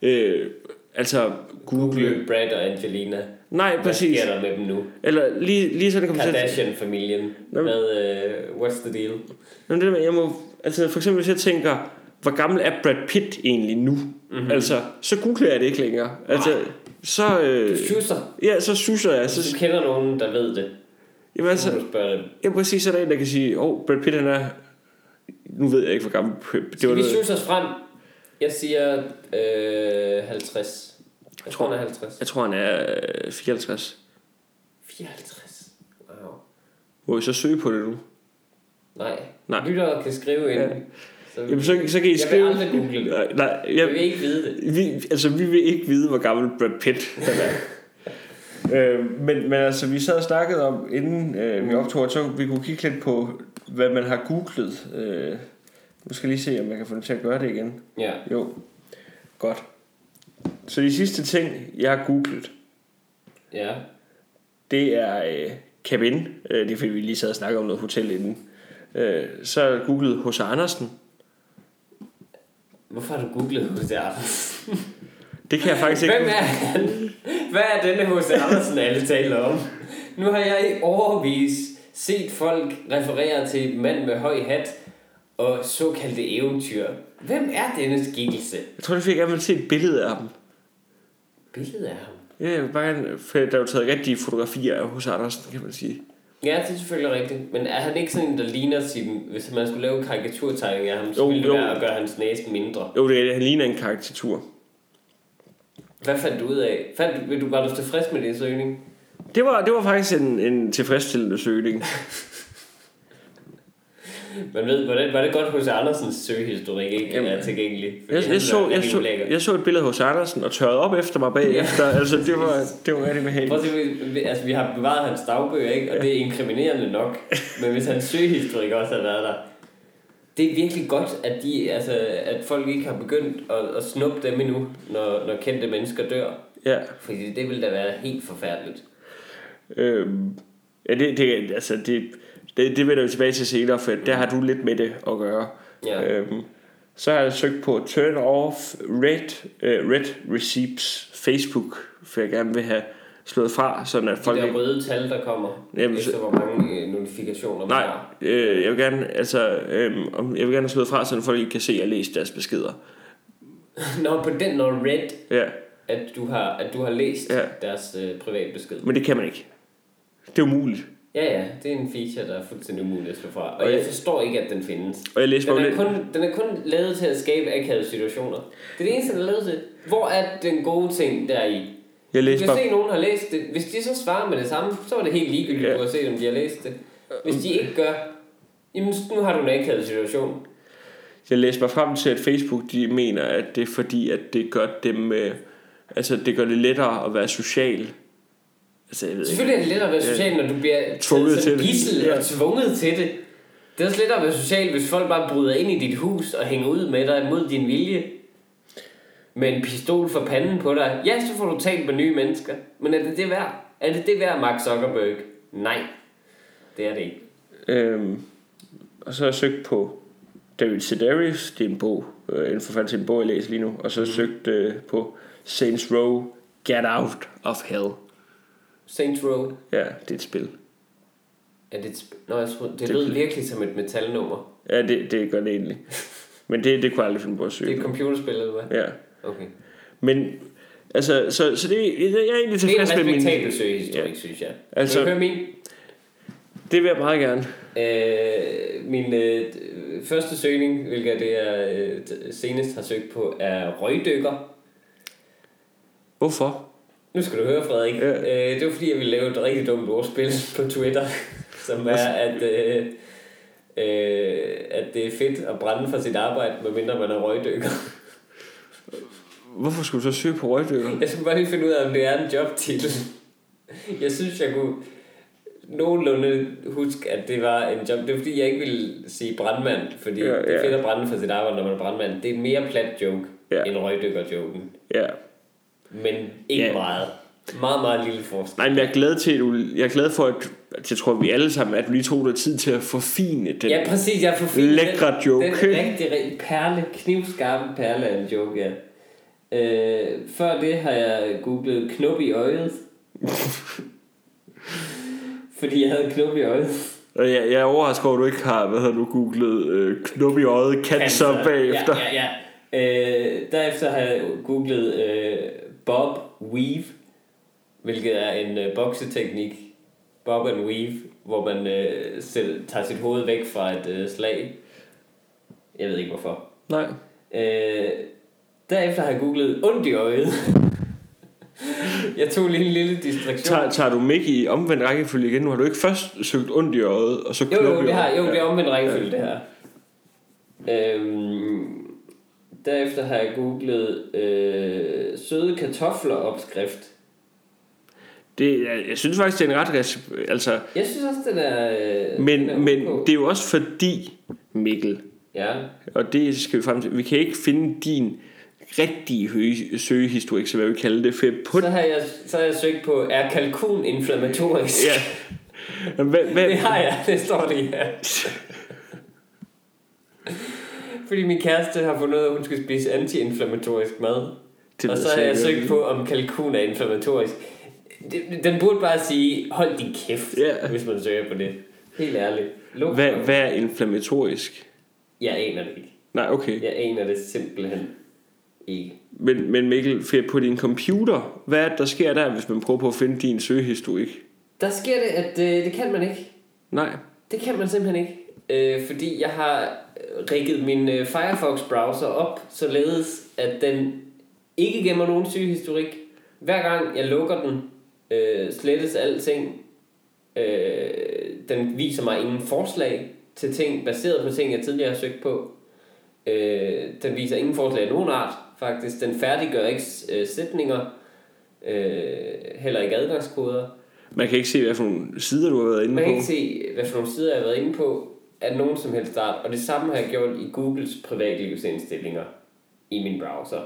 google Brad og Angelina. Nej, præcis. Hvad sker der med dem nu? Eller lige sådan kommer Kardashian-familien med what's the deal? Jamen, jeg må, altså for eksempel hvis jeg tænker, hvor gammel er Brad Pitt egentlig nu? Mm-hmm. Altså, så googler jeg det ikke længere. Altså, så du schusser. Ja, så schusser jeg. Så du kender nogen, der ved det. Jamen altså, ja, præcis, så er der en, der kan sige, Brad Pitt han er, nu ved jeg ikke, hvor gammel Skal vi schusser os frem? Jeg siger 50. Jeg tror, han er 50. Jeg tror, han er 54. 54? Wow. Må I så søge på det nu? Nej. Lyttere kan skrive ind. Ja. Jamen, så kan I skrive. Jeg vil aldrig google det. Nej, jeg vil ikke vide det. Vi vil ikke vide, hvor gammel Brad Pitt er. Men altså, vi sad og snakkede om, inden vi optog, så vi kunne kigge lidt på, hvad man har googlet. Nu skal jeg lige se, om jeg kan få det til at gøre det igen. Ja. Jo, godt. Så de sidste ting, jeg har googlet, det er cabin. Det er fordi, vi lige sad og snakkede om noget hotel inden. Så har jeg googlet H.C. Andersen. Hvorfor har du googlet H.C. Andersen? Det kan jeg faktisk ikke. Hvem er han? Hvad er denne H.C. Andersen, alle taler om? Nu har jeg i årevis set folk referere til en mand med høj hat og såkaldte eventyr. Hvem er denne skikkelse? Jeg tror, jeg gerne vil se et billede af ham. Billede af ham? Ja, jeg vil bare gerne, for der er jo taget rigtige fotografier af H.C. Andersen, kan man sige. Ja, det er selvfølgelig rigtigt. Men er han ikke sådan en, der ligner sin... Hvis man skulle lave en karikaturtegning af ham, så ville det være at gøre hans næse mindre. Jo, han ligner en karikatur. Hvad fandt du ud af? Var du tilfreds med din søgning? Det var faktisk en tilfredsstillende søgning. Man ved, var det godt H.C. Andersens søgehistorik ikke er tilgængelig? Jeg så et billede af H.C. Andersen og tørrede op efter mig bagefter. Altså, det var rigtig behageligt. Altså, vi har bevaret hans dagbøger, ikke? Og det er inkriminerende nok. Men hvis hans søgehistorik også har været der, det er virkelig godt, at folk ikke har begyndt at snuppe dem endnu, når kendte mennesker dør. Ja. Fordi det ville da være helt forfærdeligt. Det vender vi tilbage til senere, for der har du lidt med det at gøre. Ja. Så har jeg søgt på turn off red receipts Facebook, for jeg gerne vil have slået fra, sådan at folk... De der røde tal, der kommer, efter hvor mange notifikationer man har. Jeg vil gerne, jeg vil gerne have slået fra, så folk ikke kan se, at jeg læser deres beskeder. Når red, at du har læst deres private besked. Men det kan man ikke. Det er umuligt. Ja, det er en feature, der er fuldstændig umuligt at slå fra. Og jeg forstår ikke, at den findes. Og jeg læser den er kun lavet til at skabe akavede situationer. Det er det eneste, den er lavet til. Hvor er den gode ting deri? Du kan se, at nogen har læst det. Hvis de så svarer med det samme, så er det helt ligegyldigt, du har set, om de har læst det. Hvis de ikke gør, jamen nu har du en akavet situation. Jeg læser mig frem til, at Facebook de mener, at det er fordi, at det gør dem... det gør det lettere at være social. Selvfølgelig er det lettere at være social, når du bliver tvunget til gidsel og tvunget til det. Det er også lettere at være social, hvis folk bare bryder ind i dit hus og hænger ud med dig mod din vilje. med en pistol for panden på dig, ja, så får du talt med nye mennesker. Men er det det værd? Er det det værd, Mark Zuckerberg? Nej, det er det ikke. Og så har jeg søgt på David Sedaris, det er en bog, en forfatter til en bog, jeg læser lige nu. Og så har jeg søgt på Saints Row, Get Out of Hell. Saints Row? Ja, det er et spil. Er det et spil? Nå, jeg tror, det lød virkelig som et metalnummer. Ja, det gør det egentlig. Men det kunne jeg aldrig finde på at søge. Det er et computerspil, eller hvad? Ja. Okay. Men, altså, så det, jeg er egentlig tilfreds med min... Det er en respektabel søgehistorik, synes jeg. Altså, vil du høre min? Det vil jeg meget gerne. Min første søgning, hvilket det er senest har søgt på, er røgdykker. Hvorfor? Nu skal du høre, Frederik. Ja. Det var fordi, jeg ville lave et rigtig dumt ordspil på Twitter, som er, at det er fedt at brænde for sit arbejde, medmindre man er røgdykker. Hvorfor skulle du så søge på røgdykker? Jeg skulle bare lige finde ud af, om det er en jobtitel. Jeg synes, jeg kunne nogenlunde huske, at det var en job. Det er fordi, jeg ikke ville sige brandmand, fordi det er fedt at brænde for sit arbejde, når man er brandmand. Det er en mere plat joke end røgdykker-joken. Ja. Men ikke meget. Meget, meget lille forskel. Nej, men jeg er glad for, at jeg tror, vi alle sammen, at vi lige tog der tid til at forfine den. Ja, præcis. Jeg forfine lækre joke. Den rigtig perle, knivskarpe perle af en joke, ja. Før det har jeg googlet knop i øjet. Fordi jeg havde knop i øjet. Og jeg er overrasket over, at du ikke har googlet knop i øjet cancer bagefter. Ja. Derefter har jeg googlet Bob Weave, hvilket er en bokseteknik. Bob and Weave, hvor man tager sit hoved væk fra et slag. Jeg ved ikke hvorfor. Nej. Derefter har jeg googlet ondt i øjet. Jeg tog lige en lille distraktion. Tager du Mick i omvendt rækkefølge igen? Nu har du ikke først søgt ondt i øjet, og så knop i øjet? Jo, det er omvendt rækkefølge, det her. Derefter har jeg googlet søde kartofler opskrift. Jeg synes faktisk, det er en ret altså. Jeg synes også, den er. Men det er jo også fordi, Mikkel. Ja. Og det skal vi frem til. Vi kan ikke finde din rigtige søgehistorik, så hvad vi kalder det. Så har jeg søgt på, er kalkun inflammatorisk? Ja. Det har jeg, det står det her. Fordi min kæreste har fundet ud af, at hun skal spise anti-inflammatorisk mad. Og så har jeg søgt på, om kalkun er inflammatorisk. Den burde bare sige, hold din kæft, hvis man søger på det. Helt ærligt. Hvad er inflammatorisk? Jeg aner det ikke. Nej, okay. Jeg aner det simpelthen ikke. Men Mikkel, på din computer, hvad er det, der sker der, hvis man prøver på at finde din søgehistorik? Der sker det, at det kan man ikke. Nej. Det kan man simpelthen ikke. Fordi jeg har rigget min Firefox browser op, således at den ikke gemmer nogen søgehistorik. Hver gang jeg lukker den, slettes alting. Den viser mig ingen forslag til ting, baseret på ting, jeg tidligere har søgt på. Den viser ingen forslag af nogen art, faktisk. Den færdiggør ikke sætninger, heller ikke adgangskoder. Man kan ikke se, hvad for nogle sider, du har været inde på. Man kan ikke se, hvad for nogle sider, jeg har været inde på, af nogen som helst art. Og det samme har jeg gjort i Googles privatlivsindstillinger i min browser.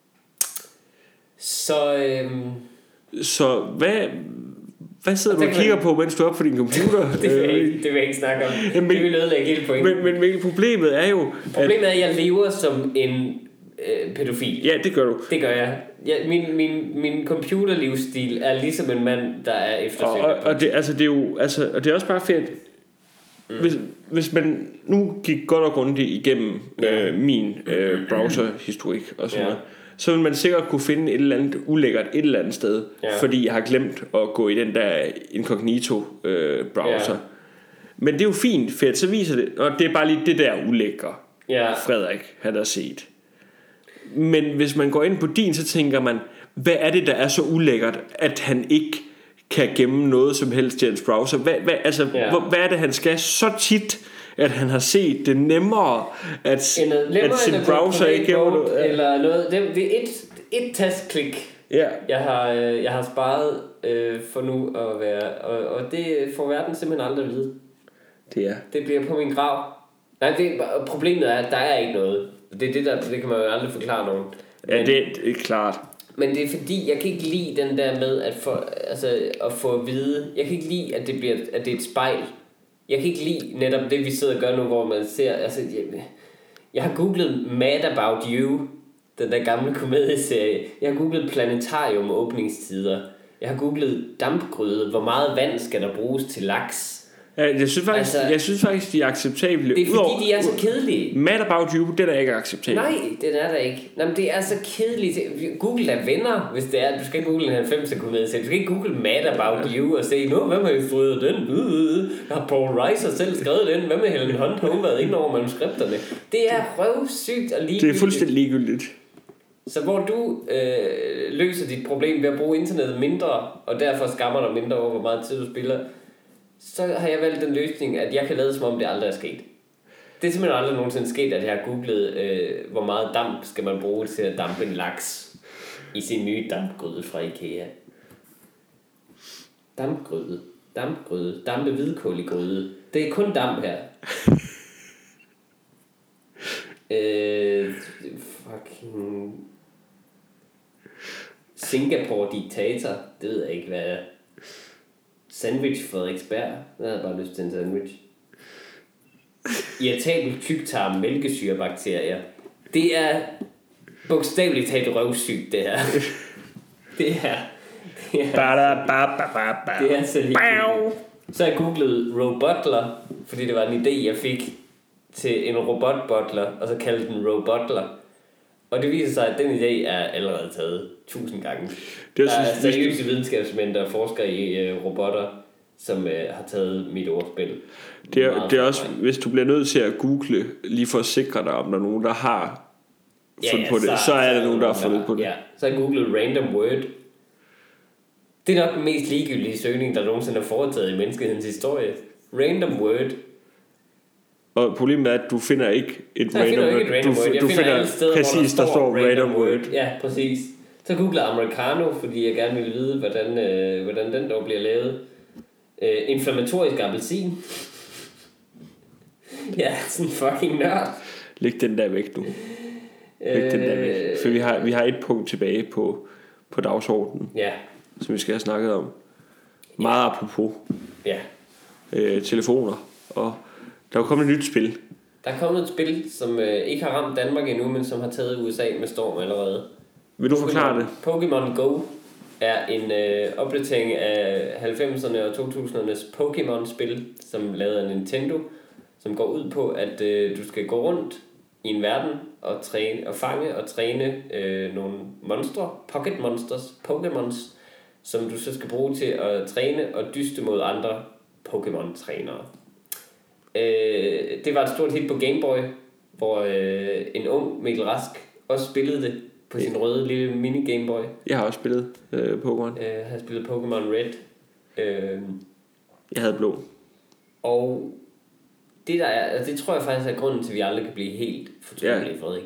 Så hvad sidder du og kigger på, mens du er oppe på din computer? det vil jeg ikke snakke om. Det vil ødelægge hele pointen. Men problemet er jo... Problemet er, at jeg lever som en pædofil. Ja, det gør du. Det gør jeg. Min computerlivsstil er ligesom en mand, der er eftersøgt. Og det er jo... og det er også bare fedt. Hvis man nu gik godt og grundigt igennem min browserhistorik og sådan noget, så vil man sikkert kunne finde et eller andet ulækkert et eller andet sted, fordi jeg har glemt at gå i den der incognito browser. Men det er jo fint, for så viser det, og det er bare lige det der ulækre, Frederik han har set. Men hvis man går ind på din, så tænker man, hvad er det, der er så ulækkert, at han ikke kan gemme noget som helst i hans browser? Hvad er det, han skal så tit, at han har set det nemmere at sin browser ikke gemmer noget? Eller noget. Det er et tastklik, jeg har sparet for nu at være, og det får verden simpelthen aldrig at vide. Det bliver på min grav. Nej, problemet er, at der er ikke noget. Det kan man jo aldrig forklare nogen. Ja, det er klart. Men det er fordi, jeg kan ikke lide den der med at få at vide. Jeg kan ikke lide, at det er et spejl. Jeg kan ikke lide netop det, vi sidder og gør nu, hvor man ser... Altså, jeg har googlet Mad About You, den der gamle komedieserie. Jeg har googlet planetarium åbningstider. Jeg har googlet dampgryde. Hvor meget vand skal der bruges til laks? Ja, jeg synes faktisk, de er acceptable. Det er fordi, de er så kedelige. Mad About You, den er ikke acceptabel. Nej, den er der ikke. Nej, men det er så kedeligt. Google er venner, hvis det er. Du skal ikke google en 90'er komedie. Du skal ikke google Mad About You og se, hvem har I fået den? Har Paul Reiser selv skrevet den? Hvad med Helen Hunt? Hun været inde over manuskripterne. Det er røvsygt og ligegyldigt. Det er fuldstændig ligegyldigt. Så hvor du løser dit problem ved at bruge internettet mindre, og derfor skammer dig mindre over, hvor meget tid du spiller, så har jeg valgt den løsning, at jeg kan lade som om det aldrig er sket. Det er simpelthen aldrig nogensinde sket, at jeg har googlet, hvor meget damp skal man bruge til at dampe en laks i sin nye dampgryde fra IKEA. Dampgryde, dampe hvidkål i gryde. Det er kun damp her. Fucking Singapore diktator. Det ved jeg ikke, hvad er. Sandwich Frederiksberg. Jeg havde bare lyst til en sandwich. Irritabel tyktarm mælkesyrebakterier. Det er bogstaveligt talt røvsygt, det her. Det er så lige. Så har jeg googlet robotler, fordi det var en idé, jeg fik til en robotbutler, og så kaldte den robotler. Og det viser sig, at den idé er allerede taget 1000 gange. Der er seriøse videnskabsmænd, der forsker i robotter, som har taget mit ordspil. Det er også, hvis du bliver nødt til at google, lige for at sikre dig, om der er nogen, der har fundet på det, så er der nogen, der har fundet på det. Ja, så har jeg googlet random word. Det er nok den mest ligegyldige søgning, der nogensinde er foretaget i menneskehedens historie. Random word. Og problemet er, at du finder ikke et random word. Du finder alle steder, præcis, hvor der står random word. Ja, præcis. Så googler americano, fordi jeg gerne vil vide, hvordan den dog bliver lavet. Inflammatorisk appelsin. Ja, sådan fucking nørd. Læg den der væk nu. Læg den der væk. For vi har et punkt tilbage på dagsordenen. Ja. Som vi skal have snakket om. Meget apropos. Ja. Telefoner. Og der er kommet et nyt spil. Der er kommet et spil, som ikke har ramt Danmark endnu, men som har taget USA med storm allerede. Vil du forklare det? Pokémon Go er en opdatering af 90'erne og 2000'ernes Pokémon-spil, som lavet af Nintendo, som går ud på, at du skal gå rundt i en verden og fange og træne nogle monstre, pocket monsters, Pokémons, som du så skal bruge til at træne og dyste mod andre Pokémon-trænere. Det var et stort hit på Game Boy, hvor en ung Mikkel Rask også spillede det på sin røde lille mini Game Boy. Jeg har også spillet Pokémon. Jeg har spillet Pokémon Red. Jeg havde blå. Og det der er, det tror jeg faktisk er grunden til, at vi aldrig kan blive helt fortrolige, Frederik.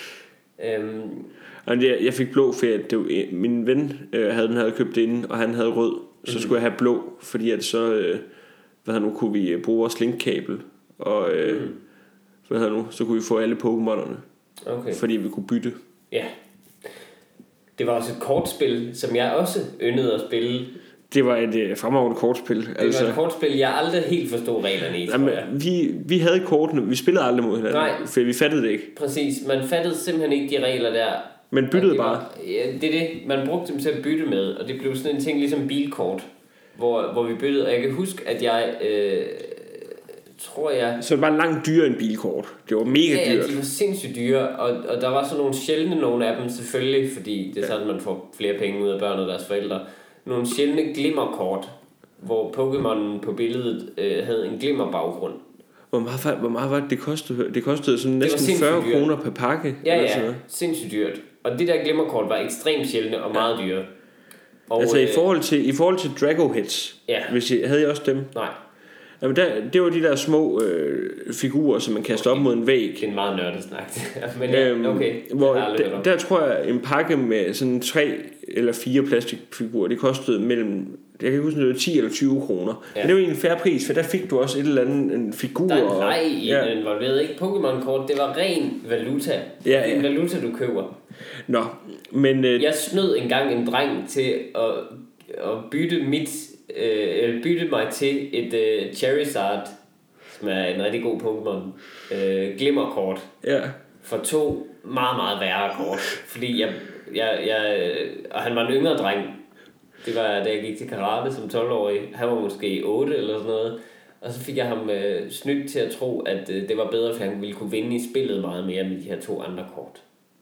Jeg fik blå, for min ven havde købt det inden, og han havde rød. Så skulle jeg have blå, fordi at så kunne vi bruge vores linkkabel, og så kunne vi få alle Pokémonerne. Okay. Fordi vi kunne bytte. Ja. Det var også et kortspil, som jeg også yndede at spille. Det var et fremragende kortspil. Det var et kortspil, jeg aldrig helt forstod reglerne i, tror jeg. Vi havde kortene, vi spillede aldrig mod hinanden. Nej. For vi fattede det ikke. Præcis, man fattede simpelthen ikke de regler der. Man byttede bare. Ja, det er det. Man brugte dem til at bytte med, og det blev sådan en ting ligesom bilkort, hvor vi byttede. Og jeg kan huske, at jeg Så det var langt dyrere end bilkort. Det var mega dyrt. Ja, de var sindssygt dyre, og der var så nogle sjældne nogle af dem selvfølgelig, fordi det er sådan, man får flere penge ud af børn og deres forældre. Nogle sjældne glimmerkort, hvor Pokémonen på billedet havde en glimmerbaggrund. Hvor meget var det, det kostede? Det kostede sådan næsten 40 kroner per pakke. Ja, sindssygt dyrt. Og det der glimmerkort var ekstremt sjældne og meget dyre. Og, altså i forhold til Drago Heads, havde jeg også dem? Nej. Jamen det var de der små figurer, som man kaster op mod en væg. Det er en meget nørdet snak. Men ja, okay. Hvor der tror jeg, en pakke med sådan 3 eller 4 plastikfigurer, det kostede mellem, jeg kan ikke huske, det var 10 eller 20 kroner. Ja. Men det var en fair pris, for der fik du også et eller andet, en figur. Der er en leg i den involveret, ikke? Pokémon-kort, det var ren valuta. Ja, ja. En valuta, du køber. Nå, men... Jeg snød engang en dreng til at bytte mig til et Charizard, som er en rigtig god Pokémon, glimmerkort. Ja. For 2 meget, meget værre kort. Fordi jeg og han var en yngre dreng. Det var, da jeg gik til karate som 12-årig. Han var måske 8 eller sådan noget. Og så fik jeg ham snydt til at tro, at det var bedre, for han ville kunne vinde i spillet meget mere med de her 2 andre kort.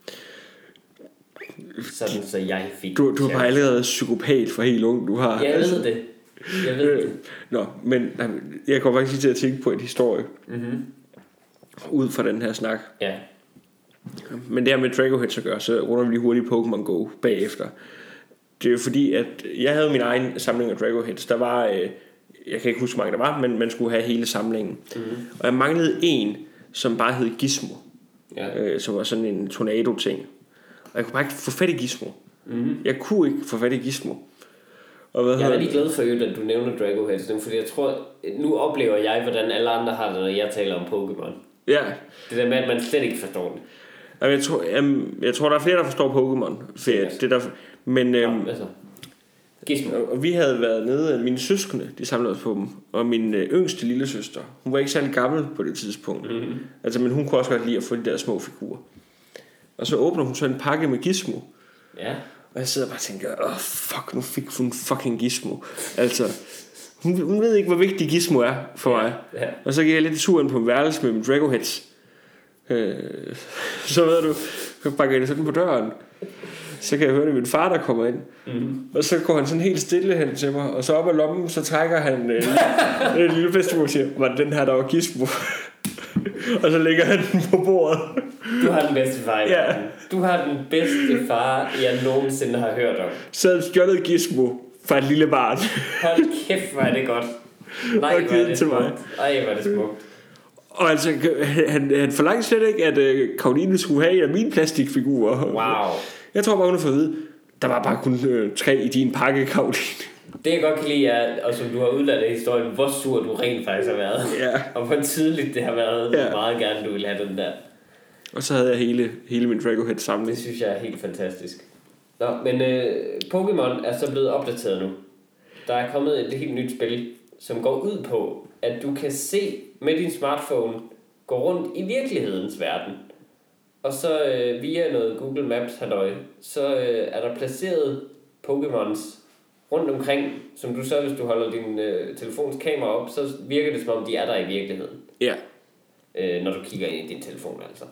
Sådan, så jeg fik... Du har bare allerede psykopat for helt ung, du har. Jeg ved det. Jeg ved det. Nå, men jeg kommer faktisk til at tænke på et historie. Ud fra den her snak. Ja. Men det her med Dragoheads at gøre, så runder vi lige hurtigt Pokémon Go bagefter. Det er jo fordi, at jeg havde min egen samling af Dragoheads. Der var, jeg kan ikke huske, hvor mange der var, men man skulle have hele samlingen. Og jeg manglede en, som bare hed Gizmo. Ja. Som var sådan en tornado-ting. Og jeg kunne bare ikke få fat i Gizmo. Jeg kunne ikke få fat i Gizmo. Og jeg er rigtig glad for, at du nævner Dragoheads nu, fordi jeg tror, nu oplever jeg, hvordan alle andre har det, når jeg taler om Pokémon. Ja. Det der med, at man slet ikke forstår det. Jeg tror, der er flere, der forstår Pokémon. Det der, men Gizmo. Og vi havde været nede, mine søskende, de samlede os på dem. Og min yngste lille søster, hun var ikke særlig gammel på det tidspunkt. Altså, men hun kunne også godt lide at få de der små figurer. Og så åbner hun så en pakke med Gizmo. Ja. Og jeg sidder bare og tænker, fuck, nu fik hun fucking Gizmo. Altså, hun ved ikke, hvor vigtig Gizmo er for mig. Ja. Og så gik jeg lidt turen på en værelse med min Dragoheads. Så ved du, så banker jeg det sådan på døren. Så kan jeg høre det min far, der kommer ind. Og så går han sådan helt stille hen til mig. Og så op ad lommen, så trækker han en lille bedstemor og siger, var det den her, der var Gizmo? Og så lægger han den på bordet. Du har den bedste far. Ja. Du har den bedste far, jeg nogensinde har hørt om. Så havde stjålet Gizmo fra et lille barn. Hold kæft, hvor er det godt. Nej, hvor er det smukt. Ej, hvor er det smukt. Og altså, han forlangte slet ikke, at Karoline skulle have en af mine plastikfigurer. Wow. Jeg tror bare, hun har fået at vide, der var bare kun 3 i din pakke, Karoline. Det jeg godt kan lide er, og som du har udladt af historien, hvor sur du rent faktisk har været. Ja. Og hvor tydeligt det har været, meget gerne du ville have den der. Og så havde jeg hele min Dragohead samling. Det synes jeg er helt fantastisk. Nå, men Pokémon er så blevet opdateret nu. Der er kommet et helt nyt spil, som går ud på, at du kan se med din smartphone gå rundt i virkelighedens verden. Og så via noget Google Maps halløj, så er der placeret Pokémons rundt omkring, som du så, hvis du holder din telefons kamera op, så virker det som om de er der i virkeligheden. Ja. Når du kigger ind i din telefon, altså.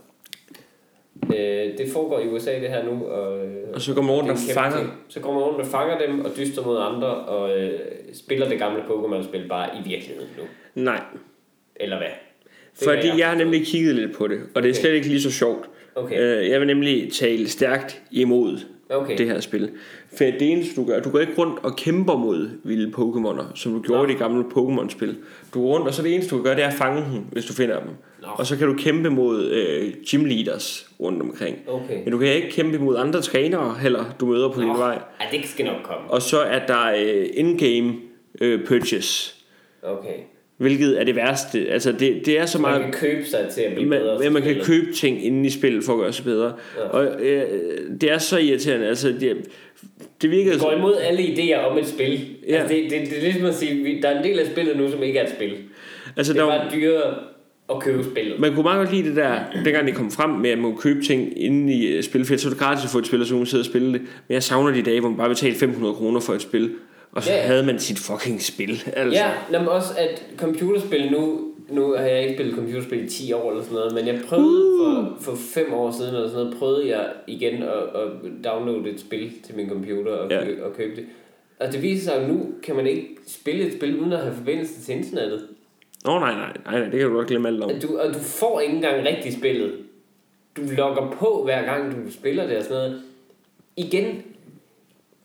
Det foregår i USA det her nu, og så går man rundt og fanger. Så går man rundt og fanger dem og dyster mod andre og spiller det gamle Pokémon-spil bare i virkeligheden nu. Nej. Eller hvad? Fordi jeg har nemlig kigget lidt på det, og det er slet ikke lige så sjovt. Okay. Jeg vil nemlig tale stærkt imod det her spil. For det eneste du går ikke rundt og kæmper mod vilde Pokémoner, som du gjorde i det gamle Pokémon-spil. Du går rundt, og så det eneste du gør, det er at fange dem, hvis du finder dem. Og så kan du kæmpe mod gymleaders rundt omkring. Okay. Men du kan ikke kæmpe mod andre trænere heller, du møder på din vej. Ja, det skal nok komme. Og så er der in-game purchase. Okay. Hvilket er det værste. Altså det er så meget. Man kan købe sig til at blive bedre. Man kan købe ting inde i spillet for at gøre sig bedre. Ja. Og det er så irriterende. Altså det virker. Det går imod alle idéer om et spil. Ja. Altså, det er ligesom at sige, der er en del af spillet nu, som ikke er et spil. Altså, det er bare dyrere at købe spillet. Man kunne meget godt lide det der, dengang det kom frem med, at man kunne købe ting inde i spillet. Så er det gratis at få et spil, og så kunne man sidde og spille det. Men jeg savner de dage, hvor man bare betalte 500 kroner for et spil. Og så havde man sit fucking spil. Altså. Ja, men også at computerspil nu har jeg ikke spillet computerspil i 10 år eller sådan noget, men jeg prøvede for 5 år siden eller sådan noget, prøvede jeg igen at downloade et spil til min computer og købe det. Og det viser sig, at nu kan man ikke spille et spil uden at have forbindelse til internettet. Nej, det kan du godt glemme alt om. Og du får ikke engang rigtig spillet. Du logger på hver gang du spiller det og sådan noget. Igen,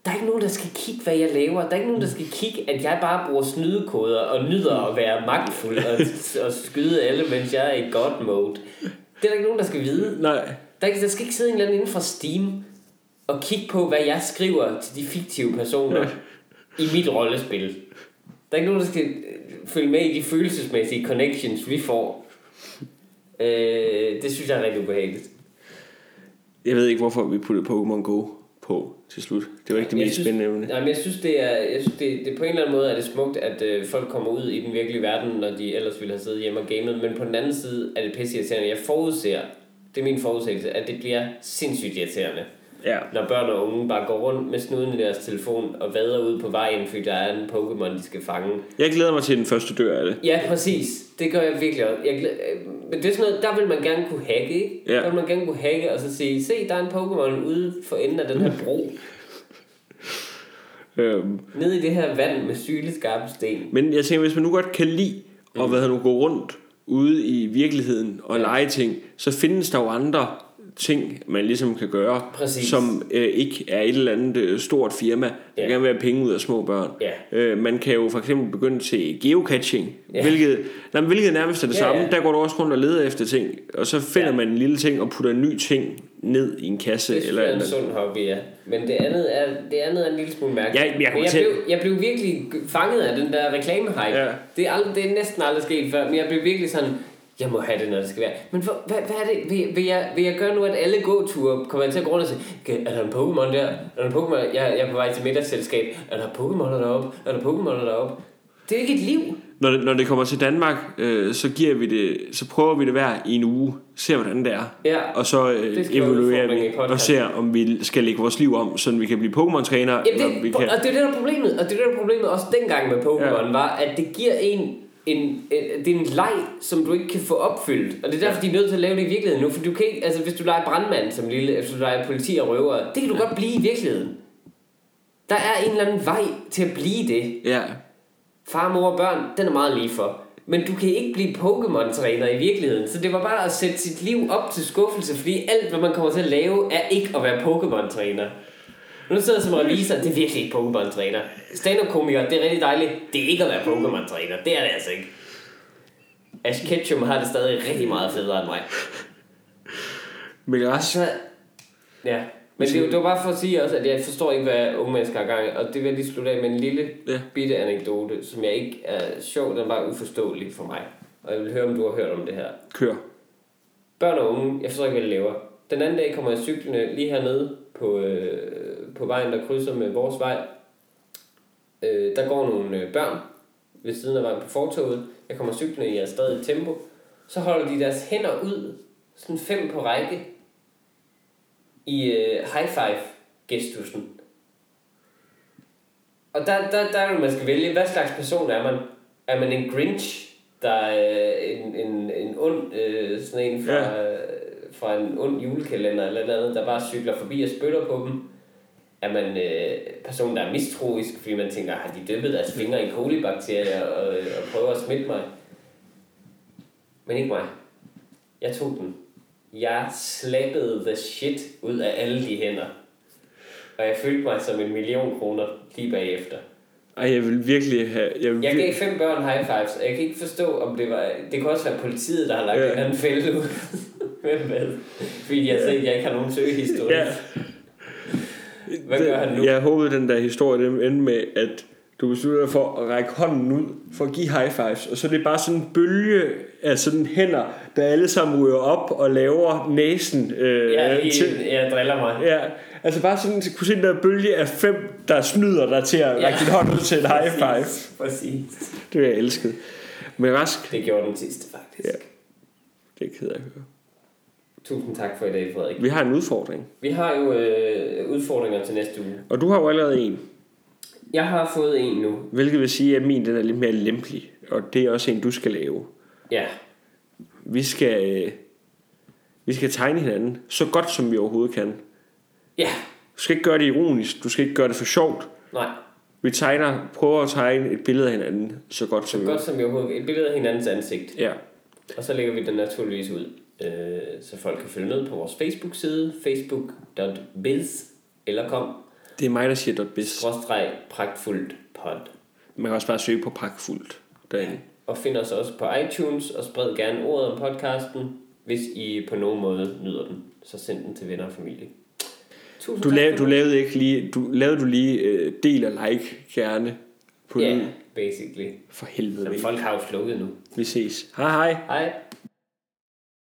Der er ikke nogen, der skal kigge, hvad jeg laver. Der er ikke nogen, der skal kigge, at jeg bare bruger snydekoder og nyder at være magtfuld og skyde alle, mens jeg er i God mode. Det er der ikke nogen, der skal vide. Nej. Der skal ikke sidde en eller anden inden for Steam og kigge på, hvad jeg skriver til de fiktive personer i mit rollespil. Der er ikke nogen, der skal følge med i de følelsesmæssige connections, vi får. Det synes jeg er rigtig ubehageligt. Jeg ved ikke, hvorfor vi puttede Pokémon Go på til slut. Det var ikke det mest spændende emne. Nej, men jeg synes, det på en eller anden måde er det smukt, at folk kommer ud i den virkelige verden, når de ellers ville have siddet hjemme og gamet. Men på den anden side er det pisseirriterende. Jeg forudser, det er min forudsættelse, at det bliver sindssygt irriterende. Ja. Når børn og unge bare går rundt med snuden i deres telefon og vader ud på vejen, fordi der er en Pokémon, de skal fange. Jeg glæder mig til den første dør af det. Ja, præcis. Det gør jeg virkelig også. Men det er sådan noget, der vil man gerne kunne hacke, ikke? Ja. Der vil man gerne kunne hacke og så sige, se, der er en Pokémon ude for enden af den her bro. Nede i det her vand med syleskarpe sten. Men jeg tænker, hvis man nu godt kan lide og gå rundt ude i virkeligheden og lege ting, så findes der jo andre ting, man ligesom kan gøre, som ikke er et eller andet stort firma, der gerne vil have penge ud af små børn. Man kan jo for eksempel begynde til geocaching, hvilket nærmest er det samme. Der går du også rundt og leder efter ting, og så finder man en lille ting og putter en ny ting ned i en kasse. Det er en sund hobby, ja. Men det andet er en lille smule mærkeligt. Jeg blev virkelig fanget af den der reklamehype. Ja. Det er næsten aldrig sket før, men jeg blev virkelig sådan, jeg må have det, når det skal være. Men hvad er det? Vil jeg gøre nu, at alle gåture kommer til at gå rundt og sige, er der en Pokémon der? Er der en Pokémon? Jeg er på vej til middagsselskab. Er der Pokémoner deroppe? Er der Pokémoner deroppe? Det er ikke et liv. Når det kommer til Danmark, så prøver vi det hver i en uge, ser hvordan det er, og så evaluerer vi og ser om vi skal lægge vores liv om, så vi kan blive Pokémon-træner. Og det er det der er problemet. Og det er det der problemet også dengang med Pokémon var, at det giver det er en leg, som du ikke kan få opfyldt. Og det er derfor, de er nødt til at lave det i virkeligheden nu. For du kan ikke, altså hvis du leger brandmand som lille, hvis du leger politi og røver, det kan du godt blive i virkeligheden. Der er en eller anden vej til at blive det. Ja. Far, mor og børn, den er meget lige for. Men du kan ikke blive Pokémon-træner i virkeligheden. Så det var bare at sætte sit liv op til skuffelse, fordi alt, hvad man kommer til at lave, er ikke at være Pokémon-træner. Nu sidder jeg som revisor, det er virkelig ikke Pokémon-træner. Stand-up-komiker, det er rigtig dejligt. Det er ikke at være Pokémon-træner. Det er det altså ikke. Ash Ketchum har det stadig rigtig meget federe end mig. Men også... Ja, men det var bare for at sige også, at jeg forstår ikke, hvad unge mennesker har gang. Og det vil jeg lige slutte af med en lille bitte anekdote, som jeg ikke er sjov, den er bare uforståelig for mig. Og jeg vil høre, om du har hørt om det her. Kør. Børn og unge, jeg forstår ikke, hvad de laver. Den anden dag kommer jeg cyklende lige hernede på vejen, der krydser med vores vej. Der går nogle børn ved siden af vejen på fortovet. Jeg kommer cyklende i stadig tempo. Så holder de deres hænder ud, sådan 5 på række, i high five gestusen. Og der er det, man skal vælge, hvad slags person er man? Er man en Grinch, der er en ond, sådan en fra en ond julekalender eller andet, der bare cykler forbi og spytter på dem? Er man person, der er mistroisk, fordi man tænker, har de dyppet deres fingre i kolibakterier og prøver at smitte mig? Men ikke mig. Jeg tog den. Jeg slappede the shit ud af alle de hænder. Og jeg følte mig som 1 million kroner lige bagefter. Ej, jeg vil virkelig have... Jeg gav 5 børn high fives, og jeg kan ikke forstå, om det var... Det kunne også være politiet, der har lagt en anden fælde ud. Hvem ved? Fordi de har set, at jeg ikke har nogen søgehistorie. Ja. Hvad gør han nu? Jeg håbede, den der historie endte med, at du beslutter for at række hånden ud for at give high fives, og så er det bare sådan en bølge af sådan hænder, der alle sammen ryger op og laver næsen jeg driller mig. Ja, altså bare sådan, at kunne se den der bølge af 5, der snyder dig til at række din hånd ud til en high five. Præcis. Det er jeg elsket. Men Rask... Det gjorde den sidste, faktisk. Ja, det er ked af at høre. Tusind tak for i dag, Frederik. Vi har en udfordring. Vi har jo udfordringer til næste uge. Og du har jo allerede en. Jeg har fået en nu. Hvilket vil sige, at min den er lidt mere lempelig. Og det er også en, du skal lave. Ja. Vi skal tegne hinanden så godt, som vi overhovedet kan. Ja. Du skal ikke gøre det ironisk. Du skal ikke gøre det for sjovt. Nej. Vi prøver at tegne et billede af hinanden så godt som vi overhovedet kan. Et billede af hinandens ansigt. Ja. Og så lægger vi den naturligvis ud, så folk kan følge med på vores Facebook-side, facebook.biz eller kom. Det er mig, der siger .biz. /pragtfuldt pod. Man kan også bare søge på pragtfuldt derinde. Og find os også på iTunes, og spred gerne ordet om podcasten. Hvis I på nogen måde nyder den, så send den til venner og familie. Du lavede lige del og like gerne på den. Ja, basically. For helvede. Folk har jo slukket nu. Vi ses. Hej hej. Hej.